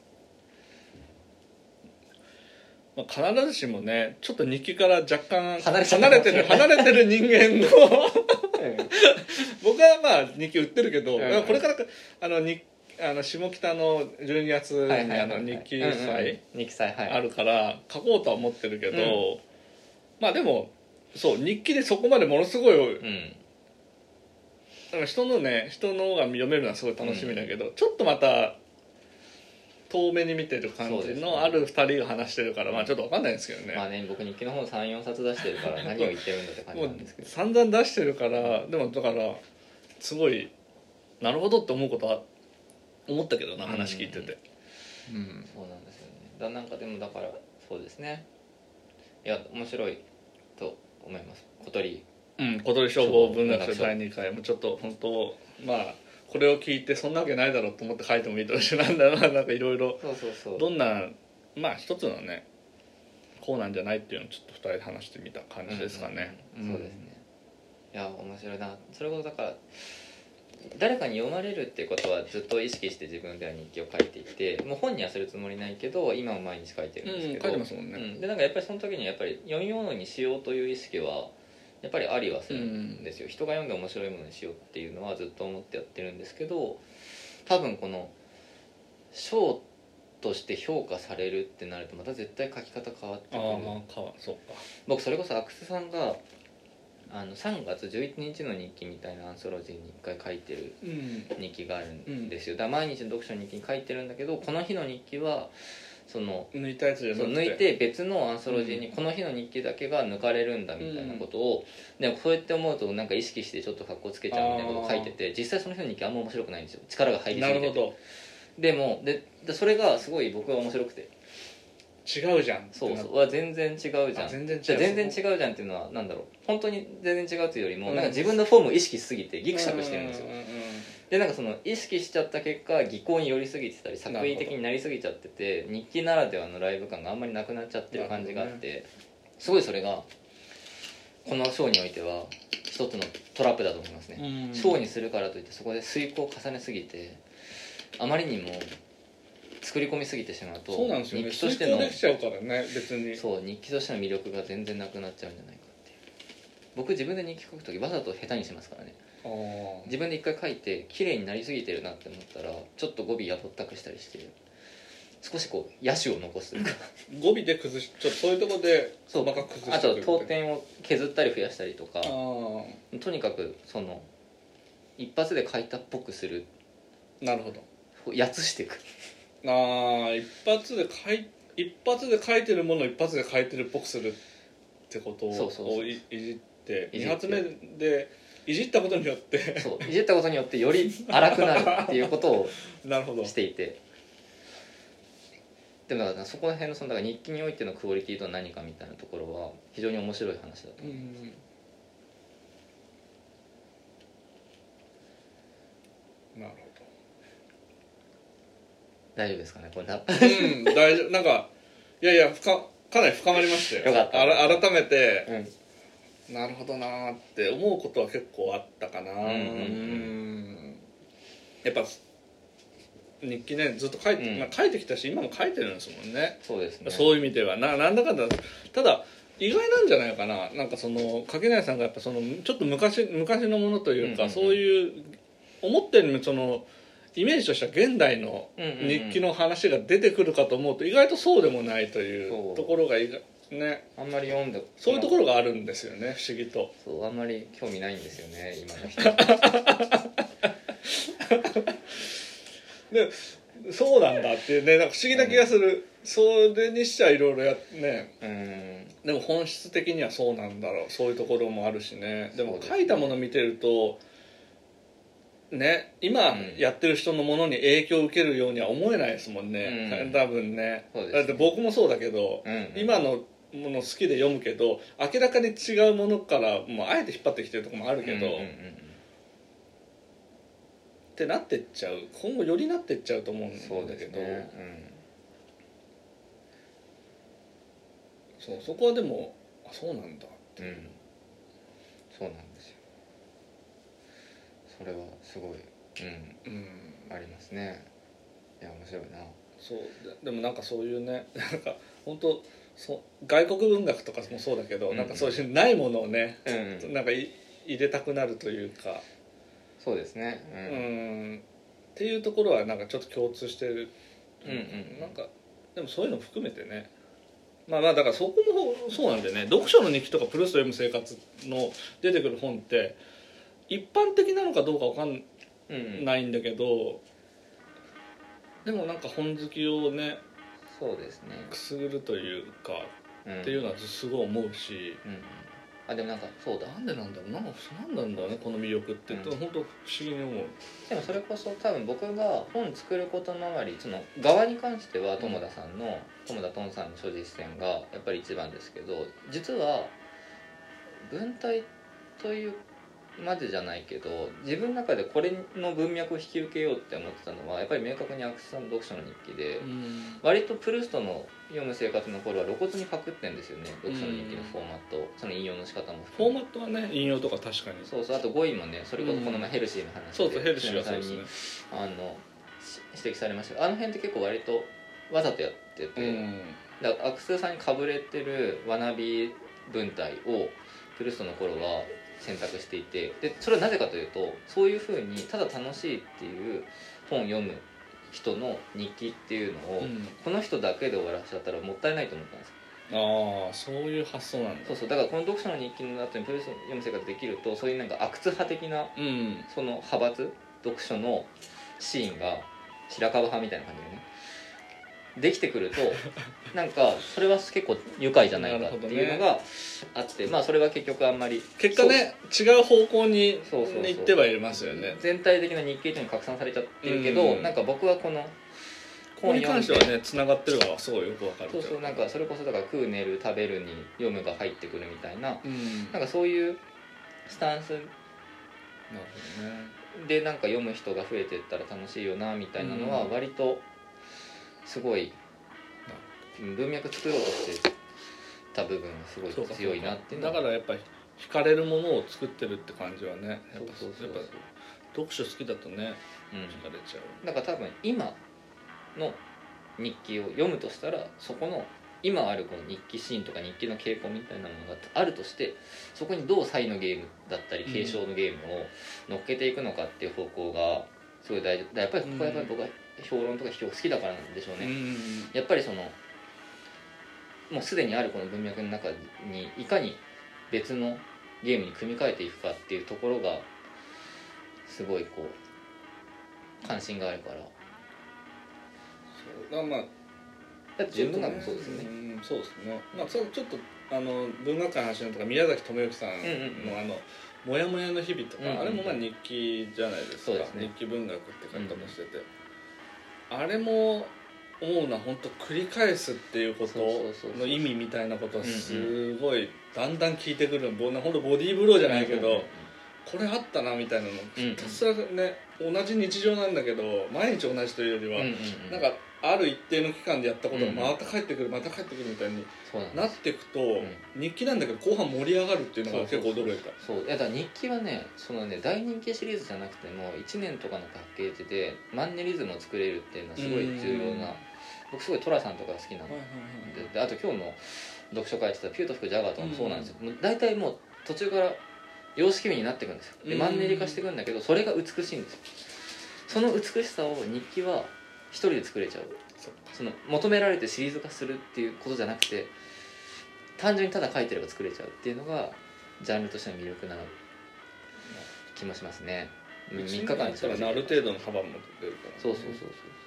まあ、必ずしもねちょっと日記から若干離れてる離れてる人間の僕はまあ日記売ってるけど、うん、これからあの日あの下北のじゅうにがつにあの日記祭あるから書こうとは思ってるけど、うん、まあでもそう日記でそこまでものすごい、うん、なんか人のね人のが読めるのはすごい楽しみだけど、うん、ちょっとまた遠目に見てる感じのあるふたりが話してるから、ね、まあちょっと分かんないですけどね。 まあね僕日記の本 さん,よん 冊出してるから何を言ってるんだって感じなんですけど散々出してるからでもだからすごいなるほどって思うことは思ったけどな、話聞いてて、 うん、うん、そうなんですよね。だなんかでもだからそうですね、いや面白いと思います。小鳥うん小鳥消防文学賞だいにかいもちょっと本当まあこれを聞いてそんなわけないだろうと思って書いてもいいと一緒なんだな。なんかいろいろどんなまあ一つのねこうなんじゃないっていうのをちょっとふたりで話してみた感じですかね、 うんうんうん、そうですね。いや面白いな。それこそだから誰かに読まれるっていうことはずっと意識して自分では日記を書いていて、もう本にはするつもりないけど今も毎日書いてるんですけど、 うん、書いてますもんね、 うん、でなんかやっぱりその時にやっぱり読み物にしようという意識はやっぱりありはするんですよ、うん、人が読んで面白いものにしようっていうのはずっと思ってやってるんですけど、多分この賞として評価されるってなるとまた絶対書き方変わってくる。 ああまあそうか。 僕それこそ阿久津さんがあのさんがつじゅういちにちの日記みたいなアンソロジーにいっかい書いてる日記があるんですよ、うん、だから毎日の読書の日記に書いてるんだけど、この日の日記はその抜いたやつじゃなくて抜いて別のアンソロジーにこの日の日記だけが抜かれるんだみたいなことを、うん、でもそうやって思うとなんか意識してちょっと格好つけちゃうみたいなことを書いてて、実際その日の日記あんま面白くないんですよ、力が入りすぎてて。なるほど。でも で, でそれがすごい僕は面白くて、 違うじゃん。 そうそうは全然違うじゃん。 全然違う。 全然違うじゃんっていうのはなんだろう、本当に全然違うというよりも、うん、なんか自分のフォームを意識しすぎてギクシャクしてるんですよ。でなんかその意識しちゃった結果技巧に寄りすぎてたり作為的になりすぎちゃってて、日記ならではのライブ感があんまりなくなっちゃってる感じがあって、ね、すごいそれがこのショーにおいては一つのトラップだと思いますね、うん、ショーにするからといってそこで遂行を重ねすぎてあまりにも作り込みすぎてしまうと、 そうなんですよね、日記としてのできちゃうからね別に。 そう日記としての魅力が全然なくなっちゃうんじゃないかっていう。僕自分で日記書くときわざと下手にしますからね。あ自分で一回書いて綺麗になりすぎてるなって思ったらちょっと語尾やぼったくしたりして少しこう野手を残すというか語尾で崩しちょっとそういうところで細かく崩して、あと当点を削ったり増やしたりとか、とにかくその一発で書いたっぽくするなるほどやつしていく。 ああ一発で書い一発で書いてるものを一発で書いてるっぽくするってことをそうそうそういいじっていじってに発目でいじったことによってそういじったことによってより荒くなるっていうことをなるほどしていてでもだからそこら辺のそのだから日記においてのクオリティとは何かみたいなところは非常に面白い話だと思う。 うんなるほ大丈夫ですかねこんなどうん大丈夫なんかいやいや深かなり深まりましたよ。 よかったあら改めて、 うんなるほどなーって思うことは結構あったかな。 うんうんうんうんやっぱ日記ねずっと書いて、 うんまあ、書いてきたし今も書いてるんですもんね。 そうですねそういう意味ではななんだかんだただ意外なんじゃないかな。なんかその掛内さんがやっぱそのちょっと昔昔のものというか、 うんうんうんそういう思ったよりもそのイメージとしては現代の日記の話が出てくるかと思うと意外とそうでもないというところが意外ねあんまり読んでそういうところがあるんですよね不思議と。 そうあんまり興味ないんですよね今の人でそうなんだっていうねなんか不思議な気がする、うん、それにしちゃいろいろやね、うん、でも本質的にはそうなんだろうそういうところもあるしね。でも書いたもの見てるとね今やってる人のものに影響を受けるようには思えないですもんね、うん、多分 ね, ねだって僕もそうだけど、うんうん、今のもの好きで読むけど明らかに違うものからもうあえて引っ張ってきてるところもあるけど、うんうんうん、ってなってっちゃう今後よりなってっちゃうと思うんだけどそうですね、うん、そうそこはでもあそうなんだって、うん、 そうなんですよそれはすごい、うんうん、ありますね。いや面白いな。 そう で, でもなんかそういうねなんか本当そ外国文学とかもそうだけど、うんうん、なんかそういうないものをね、うんうん、なんかい入れたくなるというかそうですね、 うん、うんっていうところはなんかちょっと共通してる、うんうん、なんかでもそういうのも含めてねまあまあだからそこもそうなんでね読書の日記とかプルースト読む生活の出てくる本って一般的なのかどうかわかんないんだけど、うんうん、でもなんか本好きをねそうですねくすぐるというか、うん、っていうのはすごい思うし、うん、 あでもなんかそうだなんでなんだろうなんか何なんだろうねこの魅力って、うん、本当不思議に思う。 でもそれこそ多分僕が本作ることの周りその側に関しては友田さんの友田トンさんの所持線がやっぱり一番ですけど実は文体というまでじゃないけど自分の中でこれの文脈を引き受けようって思ってたのはやっぱり明確に阿久津さんの読書の日記で、うん、割とプルーストの読む生活の頃は露骨にパクってんですよね読書の日記のフォーマット、うん、その引用の仕方もフォーマットはね引用とか確かにそうそうあと語彙もねそれこそこの前ヘルシーの話で、うん、 そうそうヘルシーはそうですねあの指摘されましたけどあの辺って結構割とわざとやってて、うん、だから阿久津さんにかぶれてるわなび文体をプルーストの頃は選択していてでそれはなぜかというとそういうふうにただ楽しいっていう本を読む人の日記っていうのを、うん、この人だけで終わらせちゃったらもったいないと思ったんですよ。 ああそういう発想なんだ。 そうそうだからこの読書の日記の後にプルースト読む生活できるとそういうなんか阿久津派的な、うん、その派閥読書のシーンが白樺派みたいな感じでねできてくるとなんかそれは結構愉快じゃないかっていうのがあって、ね、まあそれは結局あんまり結果ね違う方向に行ってはいますよね。 全体的な日経というのに拡散されちゃってるけど、うん、なんか僕はこのここに関してはねつながってるのはすごいよくわかる。 そうそうなんかそれこそだから食う寝る食べるに読むが入ってくるみたいな、うん、なんかそういうスタンスなるほどねでなんか読む人が増えていったら楽しいよなみたいなのは割とすごい文脈作ろうとしてた部分がすごい強いなっていうのだからやっぱり惹かれるものを作ってるって感じはねやっぱそうそうそうそうやっぱ読書好きだとね、うん、惹かれちゃう。 だから多分今の日記を読むとしたらそこの今あるこの日記シーンとか日記の傾向みたいなものがあるとしてそこにどう差異のゲームだったり継承のゲームを乗っけていくのかっていう方向がすごい大事だ。やっぱりここはやっぱり僕は評論とか批評好きだからなんでしょうね、うん、やっぱりそのもうすでにあるこの文脈の中にいかに別のゲームに組み替えていくかっていうところがすごいこう関心があるからそうまあだって純文学もそうですね。 うんそうですね。まあそれちょっとあの文学界の話のとか宮崎智之さんの、 うんうんうん、 あのもやもやの日々とか、 うんうん、 あれもまあ日記じゃないですか。 そうですね、 日記文学って書き方してて、うん、あれも思うのは本当繰り返すっていうことの意味みたいなことはすごいだんだん聞いてくる。本当ボディーブローじゃないけど、うんうんうん、これあったなみたいなのひたすらね、同じ日常なんだけど毎日同じというよりは、うんうんうん、なんかある一定の期間でやったことがまた帰ってくる、うんうん、また帰ってくるみたいになっていくと、うん、日記なんだけど後半盛り上がるっていうのが結構驚いた。 そうそうそうそう、いやだから日記はね、そのね大人気シリーズじゃなくてもいちねんとかのパッケージでマンネリズムを作れるっていうのはすごい重要な、僕すごい寅さんとか好きなの、はいはいはい、で, であと今日の読書会やってたピュート吹くジャガーとかもそうなんですよ、うん、もう大体もう途中から様式美になっていくんですよ。でマンネリ化していくんだけどそれが美しいんですよ。その美しさを日記は一人で作れちゃう。その求められてシリーズ化するっていうことじゃなくて単純にただ書いてれば作れちゃうっていうのがジャンルとしての魅力な気もしますね。みっかかんでそれある程度の幅も出るから、ね、 そうそうそうそう。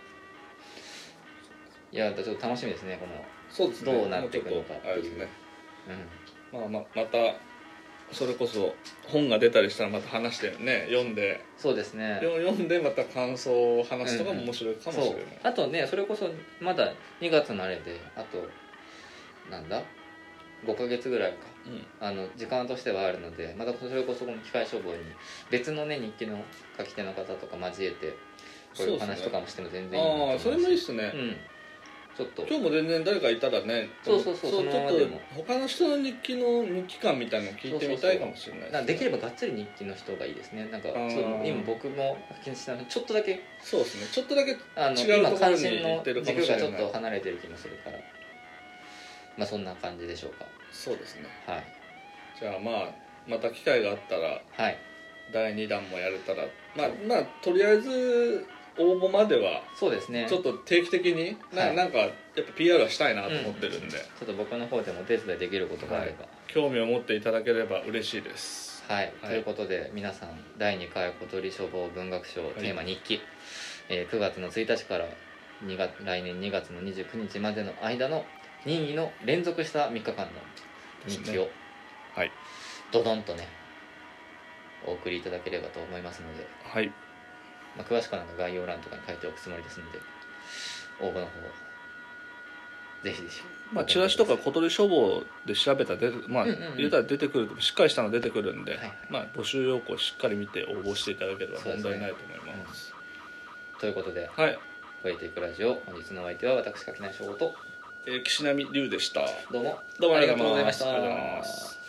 いやちょっと楽しみですね、このそうですね、 どうなっていくのかっていう、 ね、うん、まあ、まあ、またそれこそ本が出たりしたらまた話してね、読んで、 そうですね、 読んでまた感想を話すとかも面白いかもしれない、うんうん、 あとねそれこそまだにがつのあれであとなんだごかげつぐらいか、うん、あの時間としてはあるので、またそれこそこの機械処方に別のね日記の書き手の方とか交えてこういう話とかもしても全然いいなと思います。 ああ、それもいいっすね、うん、 ちょっと今日も全然誰かいたらね、 そうそうそう、 そうちょっと他の人の日記の日記感みたいなの聞いてみたいかもしれないですね。 そうそうそう、できればがっつり日記の人がいいですね。なんかそう今僕も気にしたのちょっとだけ、 そうですね、ちょっとだけ違うあの今関心の軸がちょっと離れてる気もするから、まあそんな感じでしょうか。 そうですね、 はい、 じゃあまあまた機会があったら、はい、だいにだんもやれたら、まあまあとりあえず応募まではそうですね、 ちょっと定期的に な,、はい、なんかやっぱ ピーアール はしたいなと思ってるんで、うん、ちょっと僕の方でもお手伝いできることがあれば、はい、 興味を持っていただければ嬉しいです。 はい、はい、ということで皆さんだいにかい小鳥書房文学賞、はい、テーマ日記、えー、くがつのついたちからにが来年にがつのにじゅうくにちまでの間の任意の連続したみっかかんの日記を、ね、はい、ドドンとねお送りいただければと思いますので、はい、まあ、詳しくはなんか概要欄とかに書いておくつもりですので応募の方ぜひぜひ、 まあ、チラシとか小鳥書房で調べたら出る、まあ、うんうんうん、入れたら出てくる、しっかりしたの出てくるんで、はいはい、まあ、募集要項をしっかり見て応募していただければ問題ないと思います、ね、 うん、ということで、 はい、 吠えていくラジオ、本日のお相手は私垣内翔吾と、 えー、岸波龍でした。 どうもどうもありがとうございました。